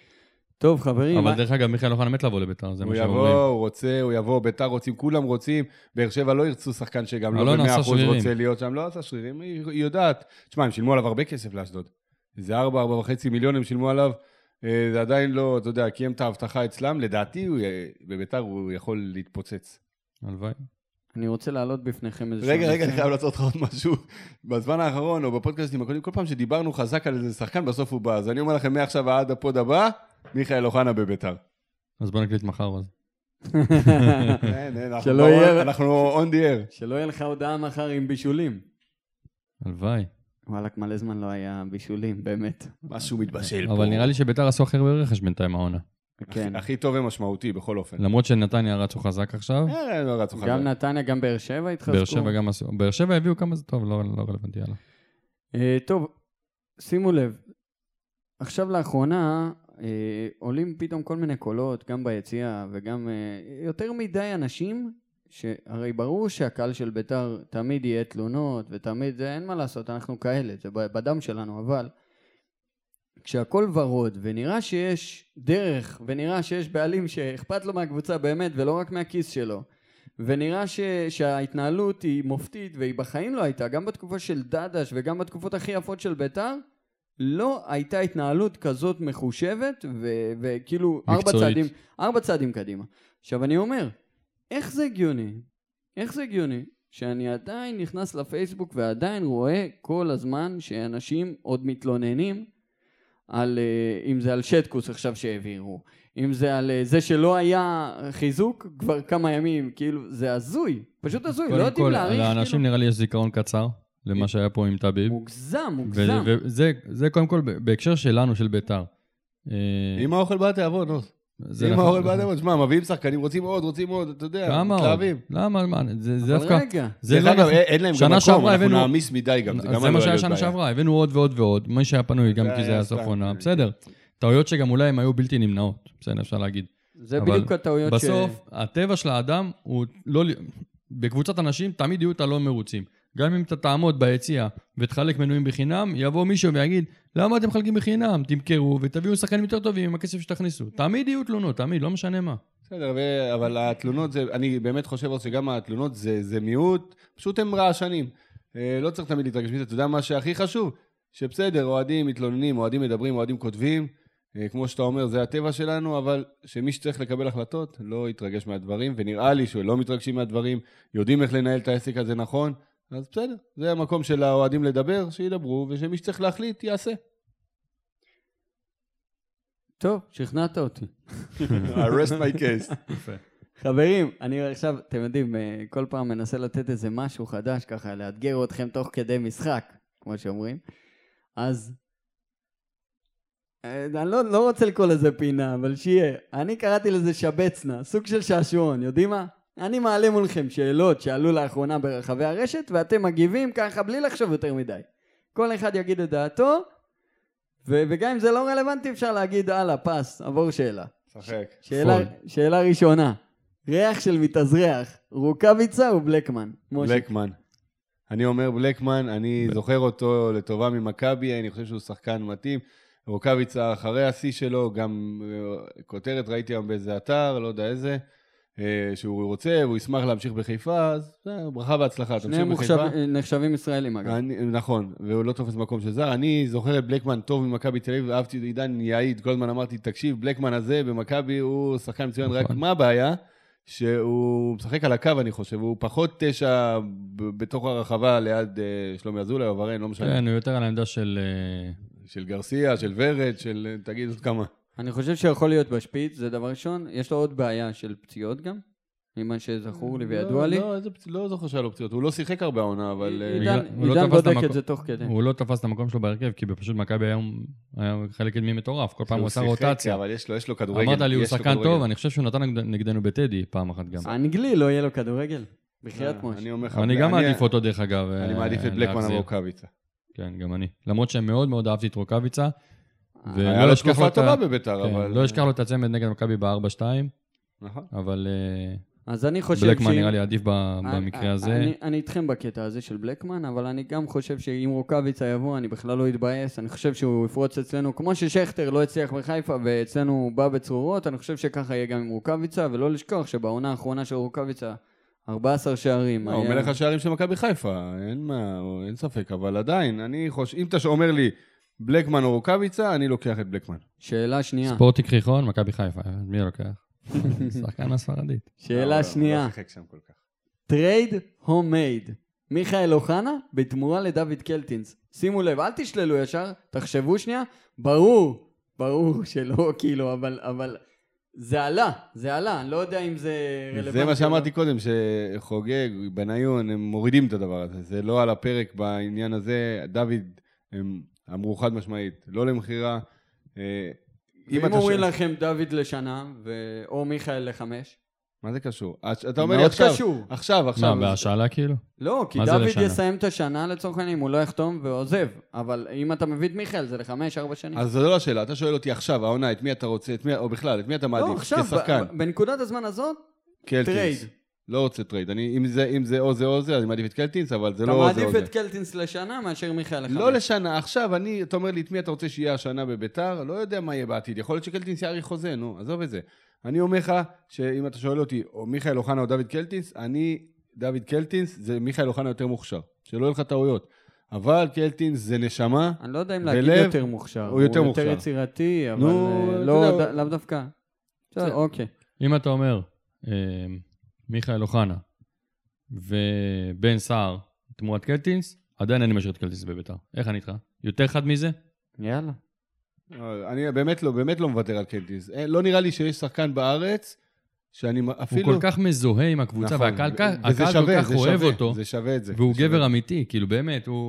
טוב, חברים. אבל דרך אגב, מיכאל אוחנה מת לבוא לביתר, זה מה שאומרים. הוא יבוא, הוא רוצה, הוא יבוא, ביתר רוצים, כולם רוצים, באר שבע לא ירצו שחקן שגם לא ב-מאה אחוז רוצה להיות שם, לא עשה שרירים, היא יודעת. תשמע, הם שילמו עליו הרבה כסף לאשדוד. זה ארבע, ארבע וחצי מיליון הם שילמו עליו, זה עדיין לא, אתה יודע, קיים את ההבטחה אצלם, לדעתי, בביתר הוא יכול להתפוצץ. הלוואי. אני רוצה להעלות בפניכם איזה... רגע, רגע, אני חייב לעשות לך עוד משהו. בזמן האחרון, או בפודקאסטים הקודמים, כל פעם שדיברנו חזק על איזה שחקן, בסוף הוא בא. אז אני אומר לכם, מעכשיו עד הפוד הבא, מיכאל אוחנה בביתר. אז בוא נקליט מחר אז. אנחנו on the air. שלא יהיה לך הודעה מחר עם בישולים. הלוואי. וואלק, מלא זמן לא היה בישולים, באמת. משהו מתבשל פה. אבל נראה לי שביתר עשו אחר ברכש בינתיים העונה. הכי טוב ומשמעותי בכל אופן. למרות שנתניה רצו חזק עכשיו. גם נתניה, גם באר שבע התחזקו. באר שבע גם עשו. באר שבע הביאו כמה זה טוב, לא רלוונטי הלאה. טוב, שימו לב. עכשיו לאחרונה עולים פתאום כל מיני קולות, גם ביציאה וגם יותר מדי אנשים, שהרי ברור שהקהל של ביתר תמיד יהיה תלונות ותמיד זה אין מה לעשות, אנחנו כאלה, זה בדם שלנו, אבל כשהכל ורוד ונראה שיש דרך ונראה שיש בעלים שאכפת לו מהקבוצה באמת ולא רק מהכיס שלו, ונראה ש, שההתנהלות היא מופתית והיא בחיים לא הייתה, גם בתקופה של דדש וגם בתקופות הכי יפות של ביתר, לא הייתה התנהלות כזאת מחושבת ו- וכאילו ארבע צעדים, ארבע צעדים קדימה. עכשיו אני אומר, איך זה הגיוני? איך זה הגיוני? שאני עדיין נכנס לפייסבוק ועדיין רואה כל הזמן שאנשים עוד מתלוננים על, אם זה על שטקוס עכשיו שהעבירו, אם זה על זה שלא היה חיזוק כבר כמה ימים, כאילו זה הזוי, פשוט הזוי, לא יודעים להעריך. לאנשים נראה לי יש זיכרון קצר למה שהיה פה עם טביב. מוגזם, מוגזם. וזה קודם כל בהקשר שלנו, של ביתר. אם האוכל בא תעבוד, נו. זה אם נכון. האורל באדמות, שמע, מביאים שחקנים, רוצים עוד, רוצים עוד, אתה יודע, כמה עוד? מתלהבים. למה? מה, זה זה אבל דווקא... רגע, זה דרך לא אגב, נכון. אין להם גם שנה מקום, שעברה אנחנו הבאנו- נעמיס מדי גם, זה גם זה עלול מה שהיה להיות שנה בעיה. שעברה, הבאנו עוד ועוד ועוד, מי שהיה פנוי גם זה כי זה היה היה סוף סתם, עונה, זה- בסדר. טעויות שגם אולי הם היו בלתי נמנעות, בסדר, אפשר להגיד. זה אבל בדיוק הטעויות ש... בסוף, הטבע של האדם הוא לא... בקבוצת אנשים תמיד יהיו את הלא מרוצים. גם אם אתה תעמוד ביציאה ותחלק מנויים בחינם, יבוא מישהו ויגיד, למה אתם מחלקים בחינם? תמכרו ותביאו שחקנים יותר טובים עם הכסף שתכניסו. תמיד יהיו תלונות, תמיד, לא משנה מה. בסדר, ו- אבל התלונות, זה, אני באמת חושב שגם התלונות זה, זה מיעוט, פשוט הם רעשנים. אה, לא צריך תמיד להתרגש מזה, אתה יודע מה שהכי חשוב? שבסדר, אוהדים מתלוננים, אוהדים מדברים, אוהדים כותבים, אה, כמו שאתה אומר, זה הטבע שלנו, אבל שמי שצריך לקבל החלטות לא יתרגש מהדברים, ונראה לי שלא מתרגשים מהדברים, יודעים איך לנהל את העסק הזה נכון, אז בסדר, זה המקום של האוהדים לדבר, שידברו, ושמי שצריך להחליט, יעשה. טוב, שכנעת אותי. I rest my case. חברים, אני עכשיו, אתם יודעים, אה, כל פעם מנסה לתת איזה משהו חדש, ככה, לאתגר אתכם תוך כדי משחק, כמו שאומרים. אז, אה, אני לא, לא רוצה לקרוא לזה פינה, אבל שיהיה. אני קראתי לזה שבצנה, סוג של שעשועון, יודעים מה? אני מעלה מולכם שאלות שעלו לאחרונה ברחבי הרשת, ואתם מגיבים ככה בלי לחשוב יותר מדי. כל אחד יגיד את דעתו, ו- וגם אם זה לא רלוונטי, אפשר להגיד, הלאה, פס, עבור שאלה. שחק. שאלה, שאלה ראשונה, ריח של מתאזרח, רוקאביצה או בלקמן? משה. בלקמן. אני אומר בלקמן, אני זוכר אותו לטובה ממכבי, אני חושב שהוא שחקן מתאים. רוקאביצה אחרי השיא שלו, גם אה, כותרת ראיתי היום באיזה אתר, לא יודע איזה, אה, שהוא רוצה, והוא ישמח להמשיך בחיפה, אז אה, ברכה והצלחה, תמשיך שניהם בחיפה. מוחשב- נחשבים ישראלים אגב. אני, נכון, והוא לא תופס מקום של זר. אני זוכר את בלקמן טוב ממכבי תל אביב, אהבתי עידן יעיד, כל הזמן אמרתי, תקשיב, בלקמן הזה במכבי הוא שחקן מצוין, רק מה הבעיה? שהוא משחק על הקו, אני חושב, הוא פחות תשע ב- בתוך הרחבה ליד אה, שלומי אזולאי או ורן, לא משנה. כן, הוא יותר על העמדה של... אה, של גרסיה, של ורד, של תגיד עוד כמה. אני חושב שיכול להיות בשפיץ, זה דבר ראשון. יש לו עוד בעיה של פציעות גם, ממה שזכור לי וידוע לא, לי. לא, איזה פצ- לא זוכר שהיה לו פציעות, הוא לא שיחק הרבה עונה, אבל... אה, עידן בגלל- הוא לא עידן תפס את בודק המקום. את זה תוך כדי. הוא לא תפס את המקום שלו בהרכב, כי פשוט מכבי היום היה חלק קדמי מטורף, כל פעם הוא עשה שיחק, רוטציה. אבל יש לו, יש לו כדורגל. אמרת לי, הוא יש לו שחקן כדורגל. טוב, אני חושב שהוא נתן נגד- נגדנו בטדי פעם אחת גם. האנגלי לא יהיה לו כדורגל. בחייאת אה, משה. אני אומר לך, אני גם מעדיף אותו דרך אגב. אני אה, מעדיף את בלקמן על להחזיר. רוקאביצה. כן, גם אני. למרות שמאוד מאוד אהבתי את רוקאביצה. היה ולא לו אשכח תקופה את ה- טובה בביתר, כן, אבל... לא אשכח לו את הצמד נגד מכבי ב-ארבע שתיים, נכון. אבל אה, אז אני חושב בלקמן שאם- נראה לי עדיף ב- במקרה הזה. אני, אני איתכם בקטע הזה של בלקמן, אבל אני גם חושב שאם רוקאביצה יבוא, אני בכלל לא אתבאס. אני חושב שהוא יפרוץ אצלנו, כמו ששכטר לא הצליח בחיפה, ואצלנו הוא בא בצרורות, אני חושב שככה יהיה גם עם רוקאביצה, ולא לשכוח שבעונה האחרונה של רוקאביצה, ארבעה עשר שערים. לא, הוא היה- מלך השערים של מכבי חיפה, אין מה, אין ספק, אבל עדיין, אני חושב, אם אתה אומר לי בלקמן או רוקאביצה, אני לוקח את בלקמן. שאלה שנייה, ספורטיק ריחון, מכבי חיפה. מי לוקח? שחקן הספרדית. שאלה לא, שנייה, לא שיחק שם כל כך. טרייד הומייד, מיכאל אוחנה בתמורה לדוד קלטינס. שימו לב, אל תשללו ישר, תחשבו שנייה, ברור, ברור שלא כאילו, אבל, אבל זה עלה, זה עלה, אני לא יודע אם זה רלוונטי. זה מה או שאמרתי לא. קודם, שחוגג, בניון, הם מורידים את הדבר הזה. זה לא על הפרק בעניין הזה. דוד, הם אמרו חד משמעית, לא למחירה. אה, אם אתה אומרים ש- לכם דוד לשנה, ו... או מיכאל לחמש, מה זה קשור? אתה אומר לי מאוד עכשיו, קשור. עכשיו, עכשיו. מה, בהשאלה כאילו? לא, כי מה זה דוד לשנה? יסיים את השנה לצורך העניין, הוא לא יחתום ועוזב, אבל אם אתה מביא את מיכאל זה לחמש, ארבע שנים. אז זו לא השאלה, אתה שואל אותי עכשיו, העונה, את מי אתה רוצה, את מי, או בכלל, את מי אתה לא, מעדיף, עכשיו, כשחקן. ב- בנקודת הזמן הזאת, קלטינס. טרייד. לא רוצה טרייד. אני, אם, זה, אם זה או זה או זה, אני מעדיף את קלטינס, אבל זה אתה לא או זה או מעדיף זה. את קלטינס לשנה מאשר מיכאל לחמש. לא לשנה, עכשיו, אני, אתה אומר לי, את מי אתה רוצה שיהיה השנה בביתר? לא יודע מה יהיה בעתיד. יכול להיות שקלטינס יאריך חוזה, נו, עזוב את זה. אני אומר לך, שאם אתה שואל אותי, או מיכאל אוחנה או דוד קלטינס, אני, דוד קלטינס, זה מיכאל אוחנה יותר מוכשר. שלא יהיו לך טעויות. אבל קלטינס זה נשמה. אני לא יודע אם להגיד ולב, יותר מוכשר. הוא יותר הוא מוכשר. יותר יצירתי, אבל נו, אה, אתה לא, יודע, ד- לאו דווקא. בסדר, בסדר. אוקיי. אם אתה אומר, אה, מיכאל אוחנה ובן סער תמורת קלטינס, עדיין אני משאיר את קלטינס בביתר. איך אני איתך? יותר חד מזה? יאללה. אני באמת לא, באמת לא מוותר על קלטינס. אה, לא נראה לי שיש שחקן בארץ, שאני אפילו... הוא כל כך מזוהה עם הקבוצה, נכון, והקהל ו- כך- וזה הקהל שווה, כל כך זה אוהב שווה, אותו, זה שווה את זה. והוא זה שווה. גבר אמיתי, כאילו באמת, הוא...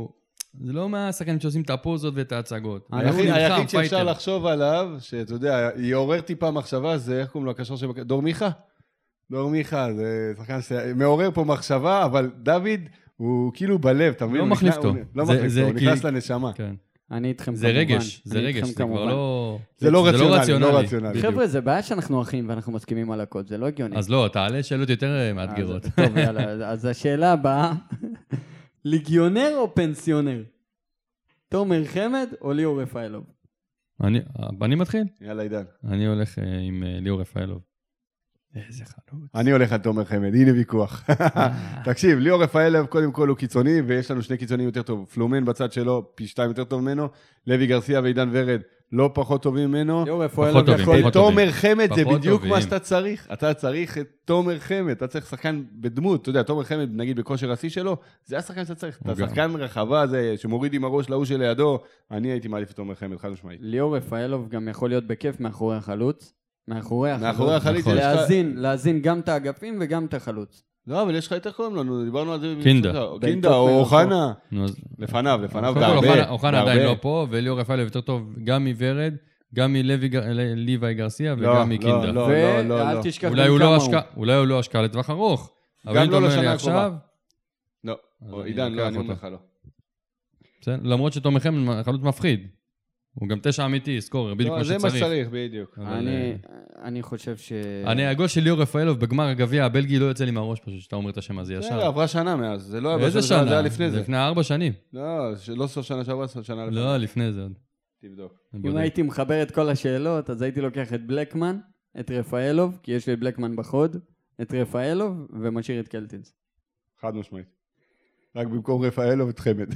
זה לא מהשחקנים שעושים את הפוזות ואת ההצגות. היחיד שאפשר לחשוב עליו, שאתה יודע, יעורר טיפה מחשבה, זה איך קוראים לו הקשר של... דור מיכה? דור מיכה, זה שחקן שמעורר פה מחשבה, אבל דוד הוא כאילו בלב, אתה מבין? לא מחליף אותו. לא מחליף אותו, הוא נכנס לנשמה. אני איתכם כמובן. זה רגש, זה רגש, זה כבר לא... זה לא רציונלי. חבר'ה, זה בעיה שאנחנו אחים ואנחנו מסכימים על הכל, זה לא הגיוני. אז לא, תעלה שאלות יותר מאתגרות. טוב, יאללה, אז השאלה הבאה, ליגיונר או פנסיונר? תומר חמד או ליאור רפאלוב? אני מתחיל? יאללה, עידן. אני הולך עם ליאור רפאלוב. איזה חלוץ. אני הולך על תומר חמד, הנה ויכוח. תקשיב, ליאור רפאלוב קודם כל הוא קיצוני, ויש לנו שני קיצונים יותר טוב. פלומן בצד שלו, פי שתיים יותר טוב ממנו, לוי גרסיה ועידן ורד לא פחות טובים ממנו. ליאור רפאלוב יכול... תומר חמד זה בדיוק מה שאתה צריך. אתה צריך את תומר חמד, אתה צריך שחקן בדמות, אתה יודע, תומר חמד נגיד בכושר השיא שלו, זה השחקן שאתה צריך. אתה שחקן רחבה הזה שמוריד עם הראש להוא שלידו, אני הייתי מעדיף את תומר חמד, חד משמעית. ליאור רפאלוב גם יכול להיות בכיף מאחורי החלוץ. מאחורי החלוץ. מאחורי החלוץ. להזין, להזין גם את האגפים וגם את החלוץ. לא, אבל יש לך יותר קוראים לנו, דיברנו על זה. קינדה. קינדה או אוחנה. לפניו, לפניו בהרבה. אוחנה עדיין לא פה, וליאור רפאלוב יותר טוב גם מוורד, גם מלוי גרסיה וגם מקינדה. לא, לא, לא. ואל תשכח גם כמה הוא. אולי הוא לא השקעה לטווח ארוך. גם לא לשנה הקרובה. לא, עידן, לא, אני אומר לך לא. למרות שתומר חמד חלוץ מפחיד. הוא גם תשע אמיתי, סקורר, בדיוק כמו שצריך. זה מה שצריך, בדיוק. אני חושב ש... אני, הגול של ליאור רפאלוב בגמר הגביע, הבלגי לא יוצא לי מהראש פשוט, שאתה אומר את השם הזה ישר. זה עברה שנה מאז, זה לא איזה שנה? זה היה לפני זה. זה לפני ארבע שנים. לא, לא סוף שנה שעברה, סוף שנה לפני. לא, לפני זה עוד. תבדוק. אם הייתי מחבר את כל השאלות, אז הייתי לוקח את בלקמן, את רפאלוב, כי יש לי בלקמן בחוד, את רפאלוב, ומשאיר את קלטינס. חד משמעית. רק במקום רפאלוב את חמד.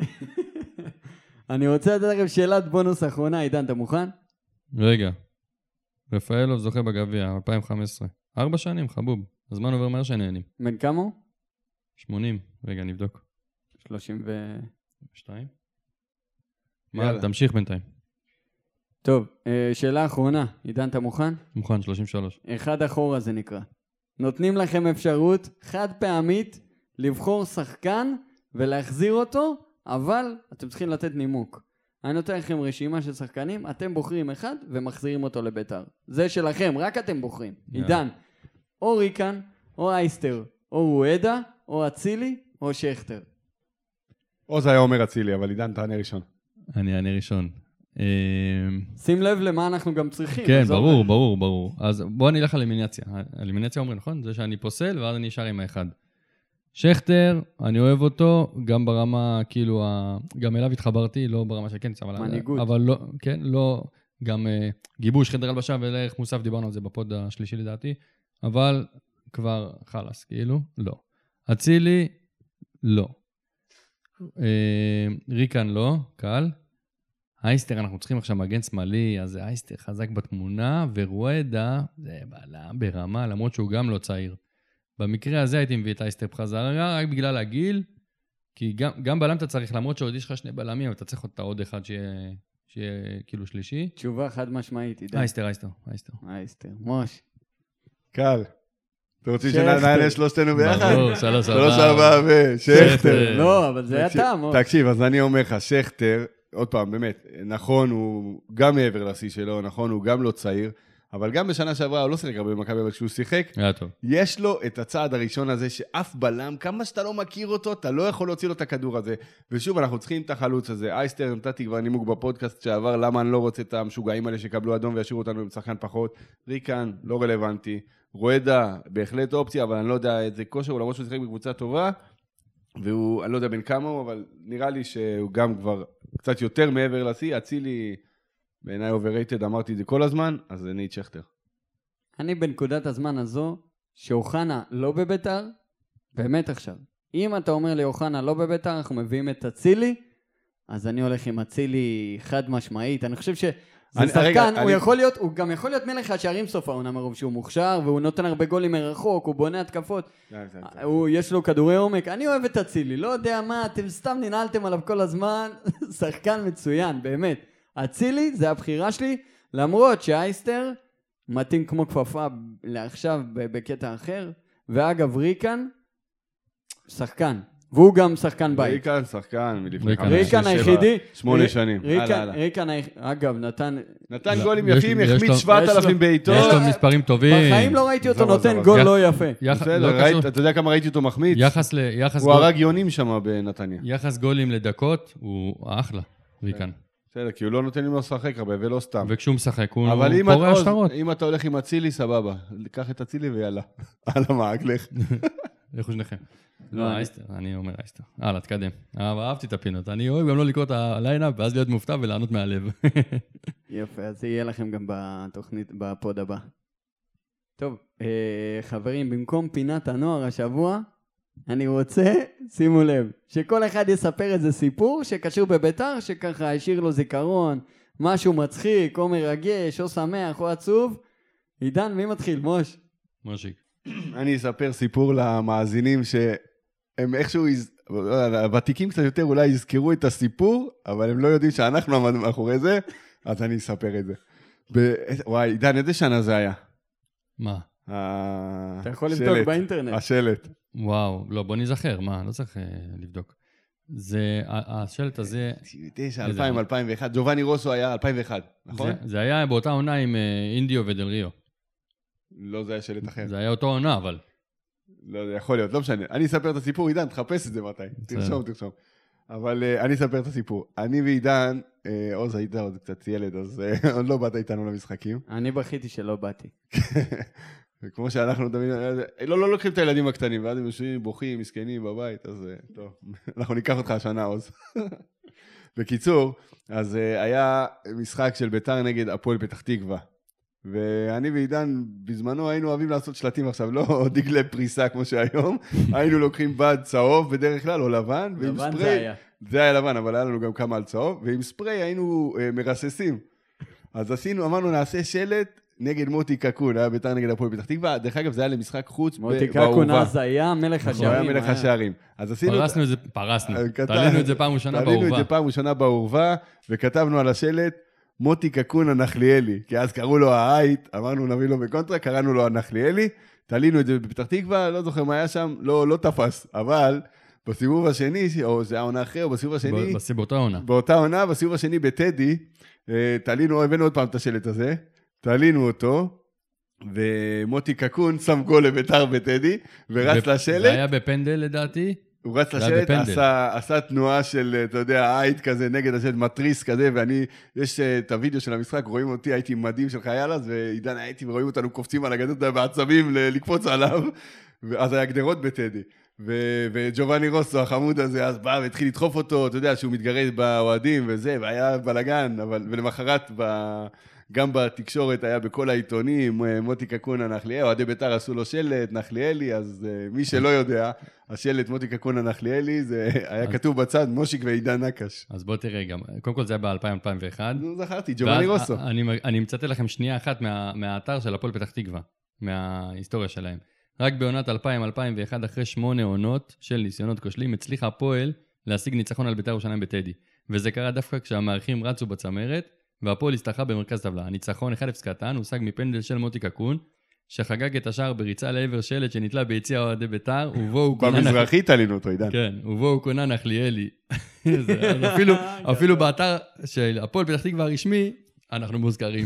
אני רוצה לתת לכם שאלת בונוס אחרונה, עידן, אתה מוכן? רגע. רפאלוב זוכה בגביע, אלפיים וחמש עשרה. ארבע שנים, חבוב. הזמן עובר מהר שנהנים. בן כמה הוא? שמונים. רגע, נבדוק. שלושים ושתיים. מה? תמשיך בינתיים. טוב, שאלה אחרונה. עידן, אתה מוכן? מוכן, שלושים ושלוש. אחד אחורה זה נקרא. נותנים לכם אפשרות חד פעמית לבחור שחקן ולהחזיר אותו, אבל אתם צריכים לתת נימוק. אני נותן לכם רשימה של שחקנים, אתם בוחרים אחד ומחזירים אותו לביתר. זה שלכם, רק אתם בוחרים. עידן, או ריקן, או אייסטר, או רואדה, או אצילי, או שכטר. או זה היה אומר אצילי, אבל עידן תענה ראשון. אני אענה ראשון. שים לב למה אנחנו גם צריכים. כן, ברור, ברור, ברור. אז בואו נלך על אלימינציה. אלימינציה אומרים, נכון? זה שאני פוסל, ואז אני אשאר עם האחד. שכטר, אני אוהב אותו, גם ברמה, כאילו, גם אליו התחברתי, לא ברמה של כן, מנהיגות. אבל לא, כן, לא, גם גיבוש, חדר הלבשה ולערך מוסף, דיברנו על זה בפוד השלישי לדעתי, אבל כבר חלס, כאילו, לא. אצילי, לא. ריקן לא, קל. אייסטר, אנחנו צריכים עכשיו מגן שמאלי, אז אייסטר חזק בתמונה, ורואדה, זה בעלה ברמה, למרות שהוא גם לא צעיר. במקרה הזה הייתי מביא את אייסטר בחזרה, רק בגלל הגיל, כי גם, גם בלם אתה צריך, למרות שעוד יש לך שני בלמים, אבל אתה צריך אותה עוד אחד שיהיה, שיהיה כאילו שלישי. תשובה חד משמעית, עידן. אייסטר, אייסטר, אייסטר. אייסטר, מוש. קל. אתה רוצים שנעלה שלושתנו ביחד? ברור, שלוש ארבע. שלוש ארבע ושכטר. לא, אבל זה היה טעם. תקשיב, אז אני אומר לך, שכטר, עוד פעם, באמת, נכון, הוא גם מעבר לשיא שלו, נכון, הוא גם לא צעיר, אבל גם בשנה שעברה הוא לא שיחק הרבה במכבי, אבל כשהוא שיחק, היה טוב. יש לו את הצעד הראשון הזה, שאף בלם, כמה שאתה לא מכיר אותו, אתה לא יכול להוציא לו את הכדור הזה. ושוב, אנחנו צריכים את החלוץ הזה. אייסטר, נתתי כבר נימוק בפודקאסט שעבר, למה אני לא רוצה את המשוגעים האלה שקבלו אדום וישאירו אותנו עם שחקן פחות. ריקן, לא רלוונטי. רואדה, בהחלט אופציה, אבל אני לא יודע איזה כושר, למרות שהוא שיחק בקבוצה טובה, והוא, אני לא יודע בין כמה הוא, אבל נראה לי שהוא גם כבר קצת יותר מעבר לשיא. אצילי בעיניי overrated, אמרתי את זה כל הזמן, אז אני את שכטר. אני בנקודת הזמן הזו, שאוחנה לא בביתר, באמת עכשיו. אם אתה אומר לי אוחנה לא בביתר, אנחנו מביאים את אצילי, אז אני הולך עם אצילי חד משמעית. אני חושב שזה שחקן, הוא יכול להיות, הוא גם יכול להיות מלך השערים סוף העונה מרוב שהוא מוכשר, והוא נותן הרבה גולים מרחוק, הוא בונה התקפות, יש לו כדורי עומק. אני אוהב את אצילי, לא יודע מה, אתם סתם ננעלתם עליו כל הזמן, שחקן מצוין, באמת. אצילי זה הבחירה שלי, למרות שאייסטר מתאים כמו כפפה לעכשיו בקטע אחר, ואגב ריקן, שחקן, והוא גם שחקן בית. ריקן, שחקן, מלפני ריקן. חמש, ריקן שש, היחידי. שבע, שמונה שנים. ריקן, הלאה, הלאה. ריקן, אגב, נתן... נתן לא, גולים יש- יפים, יש החמיץ לו- שבעת יש אלפים לו- בעיתו. יש לו מספרים טובים. בחיים לא ראיתי אותו זהו, נותן זהו, גול זהו. לא יפה. יח- בסדר, לא ראית- קשור. אתה יודע כמה ראיתי אותו מחמיץ? יחס ל- יחס הוא גול- הרג יונים שם בנתניה. יחס גולים לדקות הוא אחלה, ריקן. בסדר, כי הוא לא נותן לי לשחק הרבה, ולא סתם. וכשהוא משחק, הוא אבל אם פורע אתה- שטרות. אם אתה הולך עם אצילי, סבבה. קח את אצילי ויאללה. על המעק, לך. לכו שניכם. לא, לא, אני- אייסטר, אני אומר אייסטר. הלאה, תקדם. אבל אהבתי את הפינות. אני אוהב גם לא לקרוא את הליינאפ, ואז להיות מופתע ולענות מהלב. יפה, אז זה יהיה לכם גם בתוכנית, בפוד הבא. טוב, אה, חברים, במקום פינת הנוער השבוע, אני רוצה, שימו לב, שכל אחד יספר איזה סיפור שקשור בביתר, שככה השאיר לו זיכרון, משהו מצחיק, או מרגש, או שמח, או עצוב. עידן, מי מתחיל? מוש. מושיק. אני אספר סיפור למאזינים שהם איכשהו, יז- הוותיקים קצת יותר אולי יזכרו את הסיפור, אבל הם לא יודעים שאנחנו עמדנו מאחורי זה, אז אני אספר את זה. ב- וואי, עידן, איזה שנה זה היה? מה? אתה יכול השלט, לבדוק באינטרנט. השלט. וואו, לא, בוא נזכר, מה? לא צריך אה, לבדוק. זה, ה- השלט הזה, תשע, איזה אלפיים, עונה? אלפיים ואחת, ג'ובאני רוסו היה אלפיים ואחת, נכון? זה, זה היה באותה עונה עם אה, אינדיו ודל ריו. לא, זה היה שלט אחר. זה היה אותו עונה, אבל. לא, זה יכול להיות, לא משנה. אני אספר את הסיפור, עידן, תחפש את זה מתי. תרשום, תרשום. אבל uh, אני אספר את הסיפור. אני ועידן, uh, עוז, היית עוד קצת ילד, אז uh, עוד לא באת איתנו למשחקים. אני בכיתי שלא באתי. וכמו שאנחנו תמיד, לא, לא לוקחים את הילדים הקטנים, ואז הם יושבים, בוכים, מסכנים בבית, אז uh, טוב, אנחנו ניקח אותך השנה, עוז. בקיצור, אז uh, היה משחק של ביתר נגד הפועל פתח תקווה. ואני ועידן בזמנו היינו אוהבים לעשות שלטים עכשיו, לא דגלי פריסה כמו שהיום, היינו לוקחים בד צהוב בדרך כלל, או לבן, ועם לבן ספרי, זה היה. זה היה לבן, אבל היה לנו גם כמה על צהוב, ועם ספרי היינו אה, מרססים. אז עשינו, אמרנו נעשה שלט נגד מוטי קקון, היה ביתר נגד הפועל פתח תקווה, דרך אגב זה היה למשחק חוץ מוטי באהובה. קקון אז היה מלך הוא השערים. היה מלך היה. השערים. אז עשינו... פרסנו את זה, פרסנו. אה, כתב- תלינו את זה פעם ראשונה תלינו את באהובה. זה פעם ראשונה באהובה, וכתבנו על השלט, מוטי קקון הנחליאלי, כי אז קראו לו האייט, אמרנו נביא לו בקונטרה, קראנו לו הנחליאלי, תלינו את זה בפתח תקווה, לא זוכר מה היה שם, לא, לא תפס, אבל בסיבוב השני, או זה היה עונה אחרי, או בסיבוב השני, ב- באותה עונה. באותה עונה, בסיבוב השני בטדי, אה, תלינו, הבאנו עוד פעם את השלט הזה, תלינו אותו, ומוטי קקון שם גול לביתר בטדי, ורץ ב- לשלט, זה היה בפנדל לדעתי. הוא רץ זה היה לשלט, בפנדל. עשה, עשה תנועה של, אתה יודע, אייט כזה נגד השלט, מטריס כזה, ואני, יש uh, את הוידאו של המשחק, רואים אותי, הייתי מדהים של חייל אז, ועידן הייתי, ורואים אותנו קופצים על הגדות בעצבים ל- לקפוץ עליו, ואז היה גדרות בטדי. ו- וג'ובאני רוסו, החמוד הזה, אז בא והתחיל לדחוף אותו, אתה יודע, שהוא מתגרד באוהדים וזה, והיה בלגן, אבל, ולמחרת ב... גם בתקשורת היה בכל העיתונים, מוטי קקון הנחליאלי, אוהדי ביתר עשו לו שלט, נחליאלי, אז uh, מי שלא יודע, השלט מוטי קקון הנחליאלי, זה היה אז... כתוב בצד, מושיק ועידן נקש. אז בוא תראה גם, קודם כל זה היה ב-אלפיים ואחת. נו, זכרתי, ג'ובאני רוסו. אני, אני מצטט לכם שנייה אחת מה, מהאתר של הפועל פתח תקווה, מההיסטוריה שלהם. רק בעונת אלפיים אלפיים ואחת, אחרי שמונה עונות של ניסיונות כושלים, הצליחה הפועל להשיג ניצחון על ביתר ירושלים בטדי. וזה קרה דווקא כשהמארחים רצו בצמרת, והפועל הסתחררה במרכז טבלה. הניצחון אחד אפס קטן הושג מפנדל של מוטי קקון, שחגג את השער בריצה לעבר שלט שנתלה ביציע אוהדי ביתר, ובו הוא קונה... במזרחית עלינו אותו, עידן. כן, ובו הוא קונה נחליאלי. זה- אז אפילו- אפילו באתר של הפועל פתח תקווה הרשמי, אנחנו מוזכרים.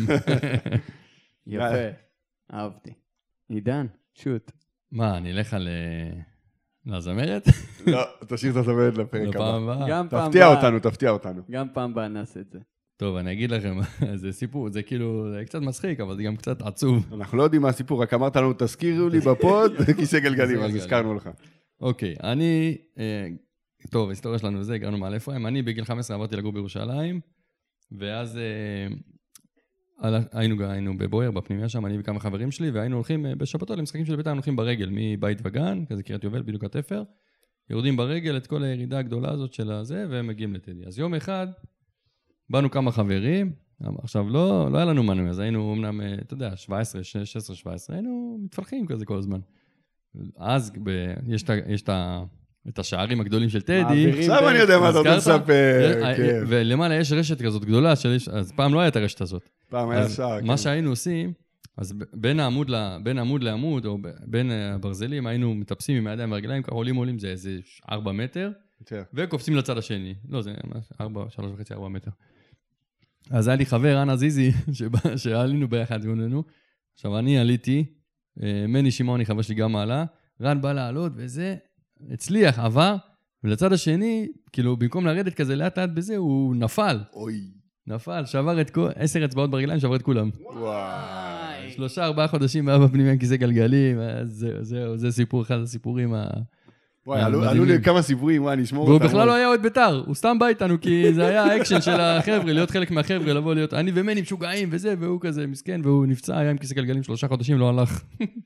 יפה, אהבתי. עידן, שוט. מה, נלך על... אה, לזמרת? לא, תשאיר את הזמרת לפרק בפעם הבא. הבאה? גם פעם תפתיע באה- אותנו, תפתיע אותנו. גם פעם באה נעשה את זה. טוב, אני אגיד לכם, זה סיפור, זה כאילו, זה קצת מצחיק, אבל זה גם קצת עצוב. אנחנו לא יודעים מה הסיפור, רק אמרת לנו, תזכירו לי בפוד, כיסא גלגלים, אז גלגלים. הזכרנו לך. אוקיי, אני... אה, טוב, ההיסטוריה שלנו זה, הגענו מעל אפרים. אני בגיל חמש עשרה עברתי לגור בירושלים, ואז אה, על- היינו, היינו בבויר, בפנימיה שם, אני וכמה חברים שלי, והיינו הולכים אה, בשבתות למשחקים של בית"ר, היינו הולכים ברגל, מבית וגן, כזה קריית יובל, בדיוק התפר, יורדים ברגל את כל הירידה הגדולה הזאת של הזה, והם מגיעים לטדי. אז יום אחד, באנו כמה חברים, עכשיו לא, לא היה לנו מנוי, אז היינו אמנם, אה, אתה יודע, שבע עשרה, שש עשרה, שבע עשרה, היינו מתפלחים כזה כל הזמן. אז ב, יש, את, ה- יש את, ה, את השערים הגדולים של טדי. מעבירים עכשיו אני יודע מה אתה רוצה הזכרת? לספר. אה, כן. ולמעלה יש רשת כזאת גדולה, של, אז פעם לא הייתה הרשת הזאת. פעם היה אז שער. מה כן. שהיינו עושים, אז בין העמוד, בין עמוד לעמוד, או בין הברזלים, היינו מטפסים עם הידיים והרגליים, ככה עולים עולים, זה איזה ארבע מטר, וקופצים לצד השני. לא, זה ארבע, שלוש וחצי, ארבע מטר. אז היה לי חבר, אנה זיזי, שעלינו ביחד ועוננו. עכשיו, אני עליתי, מני שמעוני, חבר שלי גם עלה, רן בא לעלות, וזה הצליח, עבר, ולצד השני, כאילו, במקום לרדת כזה לאט לאט בזה, הוא נפל. אוי. נפל, שבר את כל, עשר אצבעות ברגליים, שבר את כולם. וואי. שלושה, ארבעה חודשים באבא פנימי עם כיסא גלגלים, זהו, זהו, זה סיפור, אחד הסיפורים ה... וואי, עלו לי כמה סיפורים, וואי, נשמור אותם. והוא בכלל לא היה עוד ביתר, הוא סתם בא איתנו, כי זה היה האקשן של החבר'ה, להיות חלק מהחבר'ה, לבוא להיות, אני ומני משוגעים וזה, והוא כזה מסכן, והוא נפצע, היה עם כיסא גלגלים שלושה חודשים, לא הלך.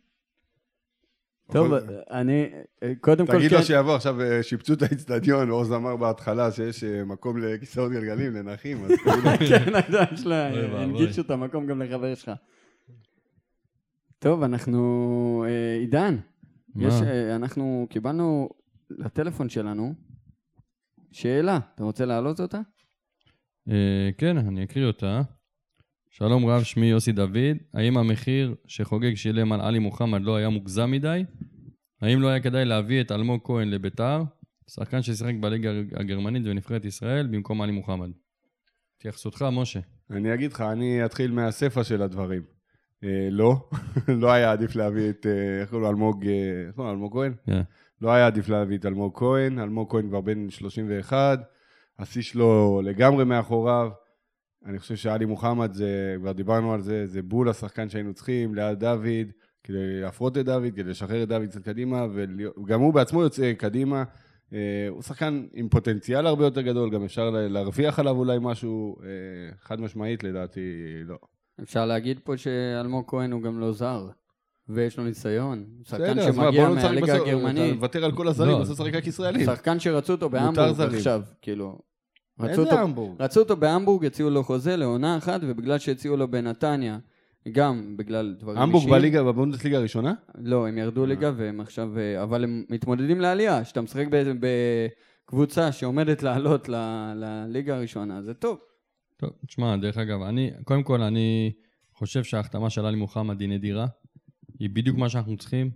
טוב, אני, קודם כל... תגיד לו שיבוא, עכשיו שיפצו את האצטדיון, עוז אמר בהתחלה שיש מקום לכיסאות גלגלים, לנכים, אז כן, הידיים שלה, הנגישו את המקום גם לחבר שלך. טוב, אנחנו, עידן, אנחנו קיבלנו לטלפון שלנו שאלה, אתה רוצה להעלות אותה? כן, אני אקריא אותה. שלום רב, שמי יוסי דוד. האם המחיר שחוגג שילם על עלי מוחמד לא היה מוגזם מדי? האם לא היה כדאי להביא את אלמוג כהן לביתר, שחקן ששיחק בליגה הגרמנית ונבחרת ישראל, במקום עלי מוחמד? התייחסותך, משה. אני אגיד לך, אני אתחיל מהספר של הדברים. לא, לא היה עדיף להביא את, איך קוראים לו, אלמוג, איך קוראים לו, אלמוג כהן? כן. לא היה עדיף להביא את אלמוג כהן, אלמוג כהן כבר בן שלושים ואחת, השיא שלו לגמרי מאחוריו. אני חושב שעלי מוחמד, זה, כבר דיברנו על זה, זה בול השחקן שהיינו צריכים, ליד דוד, כדי להפרות את דוד, כדי לשחרר את דוד קצת קדימה, וגם הוא בעצמו יוצא קדימה. הוא שחקן עם פוטנציאל הרבה יותר גדול, גם אפשר להרוויח עליו אולי משהו, חד משמעית לדעתי, לא. אפשר להגיד פה שאלמוג כהן הוא גם לא זר, ויש לו ניסיון. שחקן שמגיע מהליגה הגרמנית. אתה מוותר על כל הזרים, בסוף שחק רק ישראלים. שחקן שרצו אותו בהמבורג עכשיו, כאילו. רצו אותו בהמבורג, הציעו לו חוזה לעונה אחת, ובגלל שהציעו לו בנתניה, גם בגלל דברים אישיים. המבורג בליגה, בבונדסליגה הראשונה? לא, הם ירדו ליגה, והם עכשיו, אבל הם מתמודדים לעלייה, שאתה משחק בקבוצה שעומדת לעלות לליגה הראשונה, זה טוב. טוב, תשמע, דרך אגב, אני, קודם כל, אני חושב שההחתמה של עלי מוחמד היא נדירה, היא בדיוק מה שאנחנו צריכים.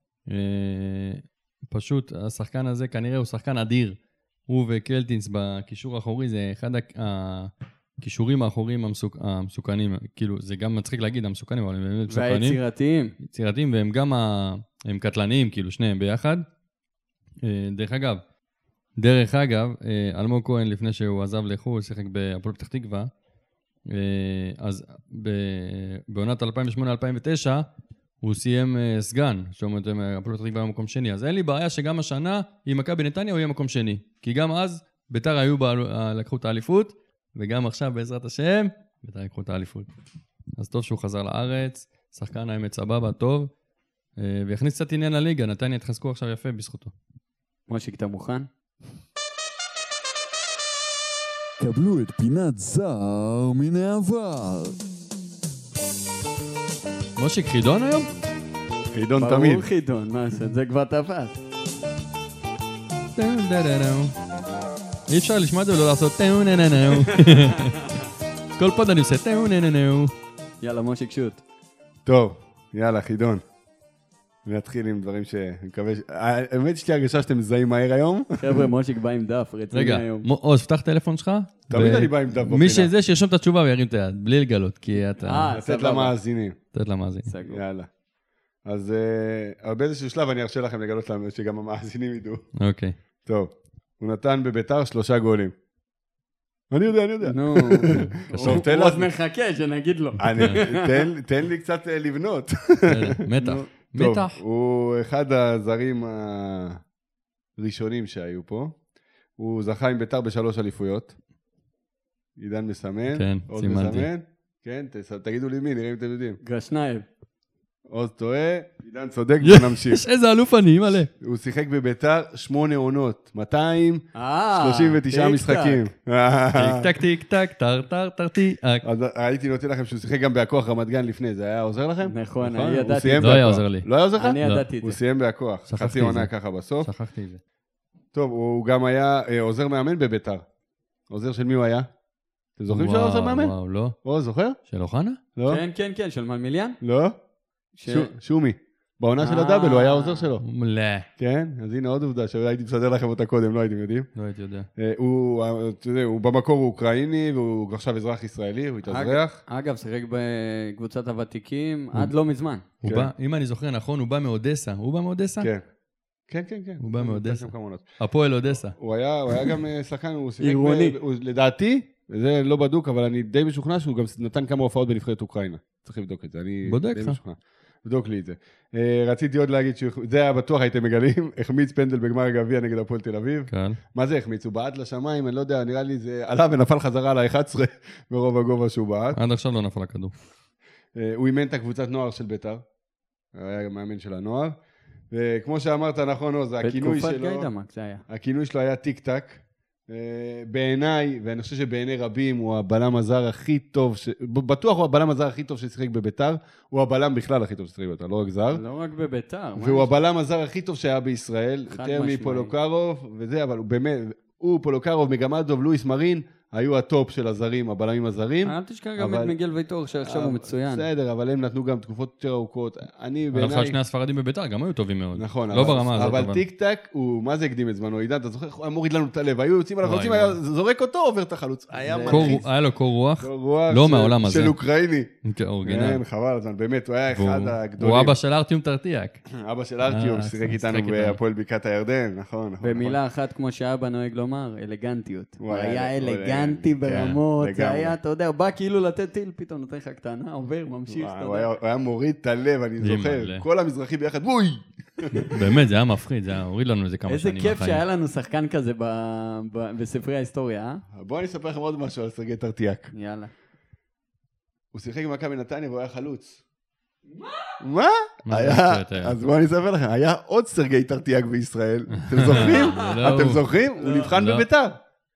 פשוט, השחקן הזה כנראה הוא שחקן אדיר. הוא וקלטינס בקישור האחורי, זה אחד הקישורים האחוריים המסוק, המסוכנים. כאילו, זה גם מצחיק להגיד, המסוכנים, אבל הם באמת מסוכנים. והיצירתיים. יצירתיים, והם גם ה, הם קטלניים, כאילו, שניהם ביחד. דרך אגב, דרך אגב, אלמוג כהן, לפני שהוא עזב לחו"ל, שיחק בהפועל פתח תקווה, אז בעונת אלפיים ושמונה אלפיים ותשע, הוא סיים סגן, שאומרת, הפועל פתח תקווה היה מקום שני. אז אין לי בעיה שגם השנה, עם מכבי נתניה, הוא יהיה מקום שני. כי גם אז, ביתר היו לקחו את האליפות, וגם עכשיו, בעזרת השם, ביתר לקחו את האליפות. אז טוב שהוא חזר לארץ, שחקן האמת סבבה, טוב, ויכניס קצת עניין לליגה, נתניה התחזקו עכשיו יפה בזכותו. מושיק, אתה מוכן? קבלו את פינת זר מן העבר. מושיק, חידון היום? חידון תמיד. ברור חידון, מה זה? זה כבר תפס. אי אפשר לשמוע את זה ולא לעשות טאו-נה-נה-נו. כל פוד אני עושה טאו-נה-נה-נו. יאללה, מושיק, שוט. טוב, יאללה, חידון. נתחיל עם דברים שאני מקווה... האמת שלי הרגשה שאתם מזהים מהר היום. חבר'ה, מושיק בא עם דף, רציני היום. רגע, עוז, פתח טלפון שלך. תמיד אני בא עם דף בפינה. מי שזה, שירשום את התשובה וירים את היד, בלי לגלות, כי אתה... לתת למאזינים. לתת למאזינים. יאללה. אז באיזשהו שלב אני ארשה לכם לגלות לנו שגם המאזינים ידעו. אוקיי. טוב, הוא נתן בביתר שלושה גולים. אני יודע, אני יודע. נו, הוא עוד מחכה שנגיד לו. תן לי קצת לבנות. מתח. טוב, הוא אחד הזרים הראשונים שהיו פה. הוא זכה עם ביתר בשלוש אליפויות. עידן מסמן. כן, סימנתי. כן, תגידו לי מי, נראה אם אתם יודעים. גרשנייב. עוז טועה, עידן צודק ונמשיך. יש איזה אלוף אני, מלא. הוא שיחק בביתר שמונה עונות, מאתיים שלושים ותשעה משחקים. טיק טק טיק טק, טר טר טר טיק. אז הייתי נותן לכם שהוא שיחק גם בהכוח רמת גן לפני, זה היה עוזר לכם? נכון, אני ידעתי. לא היה עוזר לי. לא היה עוזר לך? אני ידעתי את זה. הוא סיים בהכוח, חצי עונה ככה בסוף. שכחתי את זה. טוב, הוא גם היה עוזר מאמן בביתר. עוזר של מי הוא היה? אתם זוכרים שהוא היה עוזר מאמן? וואו, לא. או, זוכר? של אוחנה? לא? כן, כן, כן, של מלמיליאן? לא? ש- שו- שומי. בעונה של אה. הדאבל, הוא היה העוזר שלו. לא. כן? אז הנה עוד עובדה שהייתי מסדר לכם אותה קודם, לא הייתם יודעים. לא הייתי יודע. אה, הוא, אה, אתה יודע, הוא במקור הוא אוקראיני, והוא עכשיו אזרח ישראלי, הוא התאזרח. אגב, שיחק בקבוצת הוותיקים עד לא מזמן. הוא כן. בא, אם אני זוכר נכון, הוא בא מאודסה. הוא בא מאודסה? כן. כן, כן, כן. הוא בא מאודסה. שם כמה עונות. הפועל אודסה. הוא היה, הוא היה גם אה, שחקן, הוא שיחק... עירוני. ב- הוא- לדעתי, וזה לא בדוק, אבל אני די משוכנע שהוא גם נתן כמה הופעות בנבחרת אוקראינה. צריך לבדוק את זה, אני בודק די לך. משוכנע. בדוק לי את זה. אה, רציתי עוד להגיד שזה היה בטוח הייתם מגלים, החמיץ פנדל בגמר הגביע נגד הפועל תל אביב. כן. מה זה החמיץ? הוא בעט לשמיים, אני לא יודע, נראה לי זה עלה ונפל חזרה על ה-אחת עשרה מרוב הגובה שהוא בעט. עד עכשיו לא נפל הכדור. אה, הוא אימן את הקבוצת נוער של בית"ר, הוא היה גם מאמן של הנוער, וכמו שאמרת נכון, עוז, הכינוי בתקופת שלו, גיידמק זה היה. הכינוי שלו היה טיק טק. אה, בעיניי, ואני חושב שבעיני רבים, הוא הבלם הזר הכי טוב, ש... בטוח הוא הבלם הזר הכי טוב ששיחק בבית"ר, הוא הבלם בכלל הכי טוב ששיחק בבית"ר, לא רק זר. לא רק בביתר. והוא הבלם הזר הכי טוב שהיה בישראל, חד יותר משמעי. מפולוקרוב, וזה, אבל הוא באמת, הוא, פולוקרוב, מגמדוב, לואיס מרין, היו הטופ של הזרים, הבלמים הזרים. אל תשכח גם את אבל- מיגל ויטור, שעכשיו הוא מצוין. בסדר, אבל הם נתנו גם תקופות יותר ארוכות. אני היה בעיניי... לך שני הספרדים בביתר, גם היו טובים מאוד. נכון, לא אבל- ברמה הזאת, אבל אבל... טיק טק, הוא, מה זה הקדים את זמנו? עידן, אתה זוכר? הוא היה מוריד לנו את הלב, היו יוצאים על וואי, החלוצים, וואי. היה זורק אותו, עובר את החלוץ. היה זה- קור- מלחיץ. היה לו קור רוח, רוח לא של- מהעולם הזה. של אוקראיני. כן, אורגינל. כן, חבל הזמן, באמת, הוא היה אחד והוא- הגדולים. הוא אבא של ארטיום טרטיאק. אבא של ארקיום, אה, ששיחק שיחק איתנו איתנו. בהפועל בקעת הירדן, נכון, נכון. במילה אחת, כמו שאבא נוהג לומר, אלגנטיות. הוא הוא היה- היה הוא היה- אלגנטי כן, ברמות, זה לגמרי. היה, אתה יודע, הוא בא כאילו לתת טיל, פתאום נותן לך קטנה, עובר, ממשיך, וואי, אתה הוא יודע. היה- הוא היה מוריד את הלב, אני זוכר. מלא. כל המזרחי ביחד, בואי! באמת, זה היה מפחיד, זה היה הוריד לנו איזה כמה איזה שנים כיף מהחיים. שהיה לנו שחקן כזה ב- ב- בספרי ההיסטוריה, אה? בואו אני אספר לכם עוד משהו על סרגי טרטיאק. יאללה. הוא שיחק במכבי נתניה והוא היה חלוץ. מה? מה? מה זה היה, שטויות האלה? אז בואו אני אספר לכם, היה עוד סרגי טרטיאק בישראל. אתם זוכרים? לא אתם הוא. זוכרים? הוא נבחן לא. בביתר.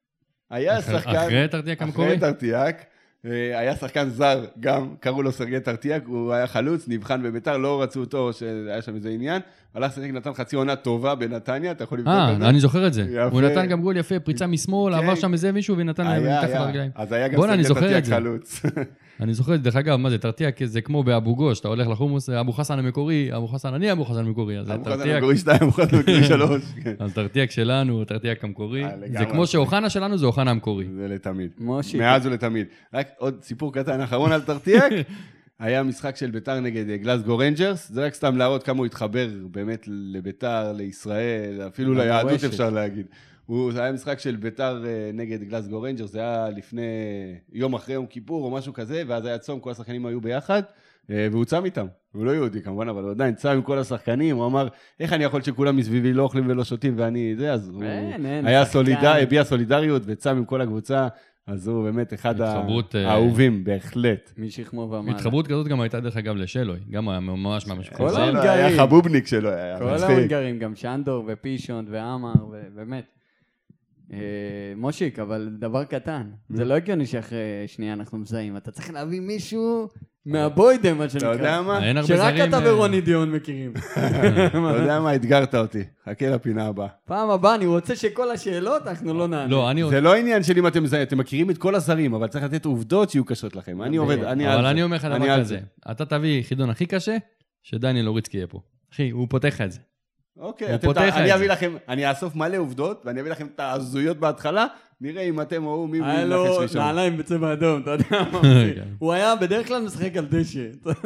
היה אחרי- שחקן... אחרי טרטיאק המקורי? אחרי טרטיאק. אה, היה שחקן זר, גם קראו לו סרגי טרטיאק, הוא היה חלוץ, נבחן בביתר, לא רצו אותו, שהיה שם איזה עניין. הלך שחק, נתן חצי עונה טובה בנתניה, אתה יכול לבדוק אה, את זה? אני זוכר את זה. יפה. הוא נתן גם גול יפה, פריצה משמאל, כן. עבר שם איזה מישהו ונתן להם היה, מתחת היה. לרגליים. אז היה גם בואנה, אני סרגי זוכר טרטיאק את זה. חלוץ. אני זוכר את זה, דרך אגב, מה זה, טרטיאק זה כמו באבו גוש, אתה הולך לחומוס, אבו חסן המקורי, אבו חסן, אני אבו חסן המקורי, אז אבו חסן טרטיאק, המקורי שתיים, אבו חסן המקורי שלוש. כן. אז טרטיאק שלנו, טרטיאק המקורי, אה, זה לגמרי. כמו שאוחנה שלנו, זה אוחנה המקורי. זה לתמיד. מושי. מאז ולתמיד. רק עוד סיפור קטן אחרון על טרטיאק. היה משחק של ביתר נגד גלסגו רנג'רס, זה רק סתם להראות כמה הוא התחבר באמת לביתר, לישראל, אפילו ליהדות למורשת. אפשר להגיד. הוא, זה היה משחק של ביתר אה, נגד גלסגו רנג'רס, זה היה לפני יום אחרי יום כיפור או משהו כזה, ואז היה צום, כל השחקנים היו ביחד, אה, והוא צם איתם. הוא לא יהודי כמובן, אבל הוא עדיין צם עם כל השחקנים, הוא אמר, איך אני יכול שכולם מסביבי לא אוכלים ולא שותים ואני זה, אז הוא אין, אין, היה שחקן. סולידר, הביע סולידריות וצם עם כל הקבוצה, אז הוא באמת אחד התחברות, אה, האהובים, בהחלט. משכמו ומעלה. התחברות כזאת גם הייתה דרך אגב לשלוי, גם הוא היה ממש ממש כל חוזר. ההונגרים. היה חבובניק שלו, היה כל מצחיק. ההונגרים, גם שנדור ופישון ועמר, ובאמת. אה, מושיק, אבל דבר קטן, זה לא הגיוני שאחרי שנייה אנחנו מזהים, אתה צריך להביא מישהו מהבוידם, מה אתה יודע שנקרא. מה? אין הרבה שרק זרים, אתה אה, ורוני דיון מכירים. אתה יודע מה? אתגרת אותי. חכה לפינה הבאה. פעם הבאה אני רוצה שכל השאלות אנחנו לא נענה. לא, אני זה לא עניין של אם אתם מזהים, אתם מכירים את כל הזרים, אבל צריך לתת עובדות שיהיו קשות לכם. אני עובד, אני על אבל זה. אני אומר לך אני דבר על כזה, אתה תביא חידון הכי קשה, שדניאל אוריצקי יהיה פה. אחי, הוא פותח לך את זה. אוקיי, הוא אתם- פותח אני את אביא זה. לכם, אני אאסוף מלא עובדות, ואני אביא לכם את ההזויות בהתחלה, נראה אם אתם או הוא, מי היה מנחש לו ראשון. נעליים בצבע אדום, אתה יודע מה. כן. הוא היה בדרך כלל משחק על דשא.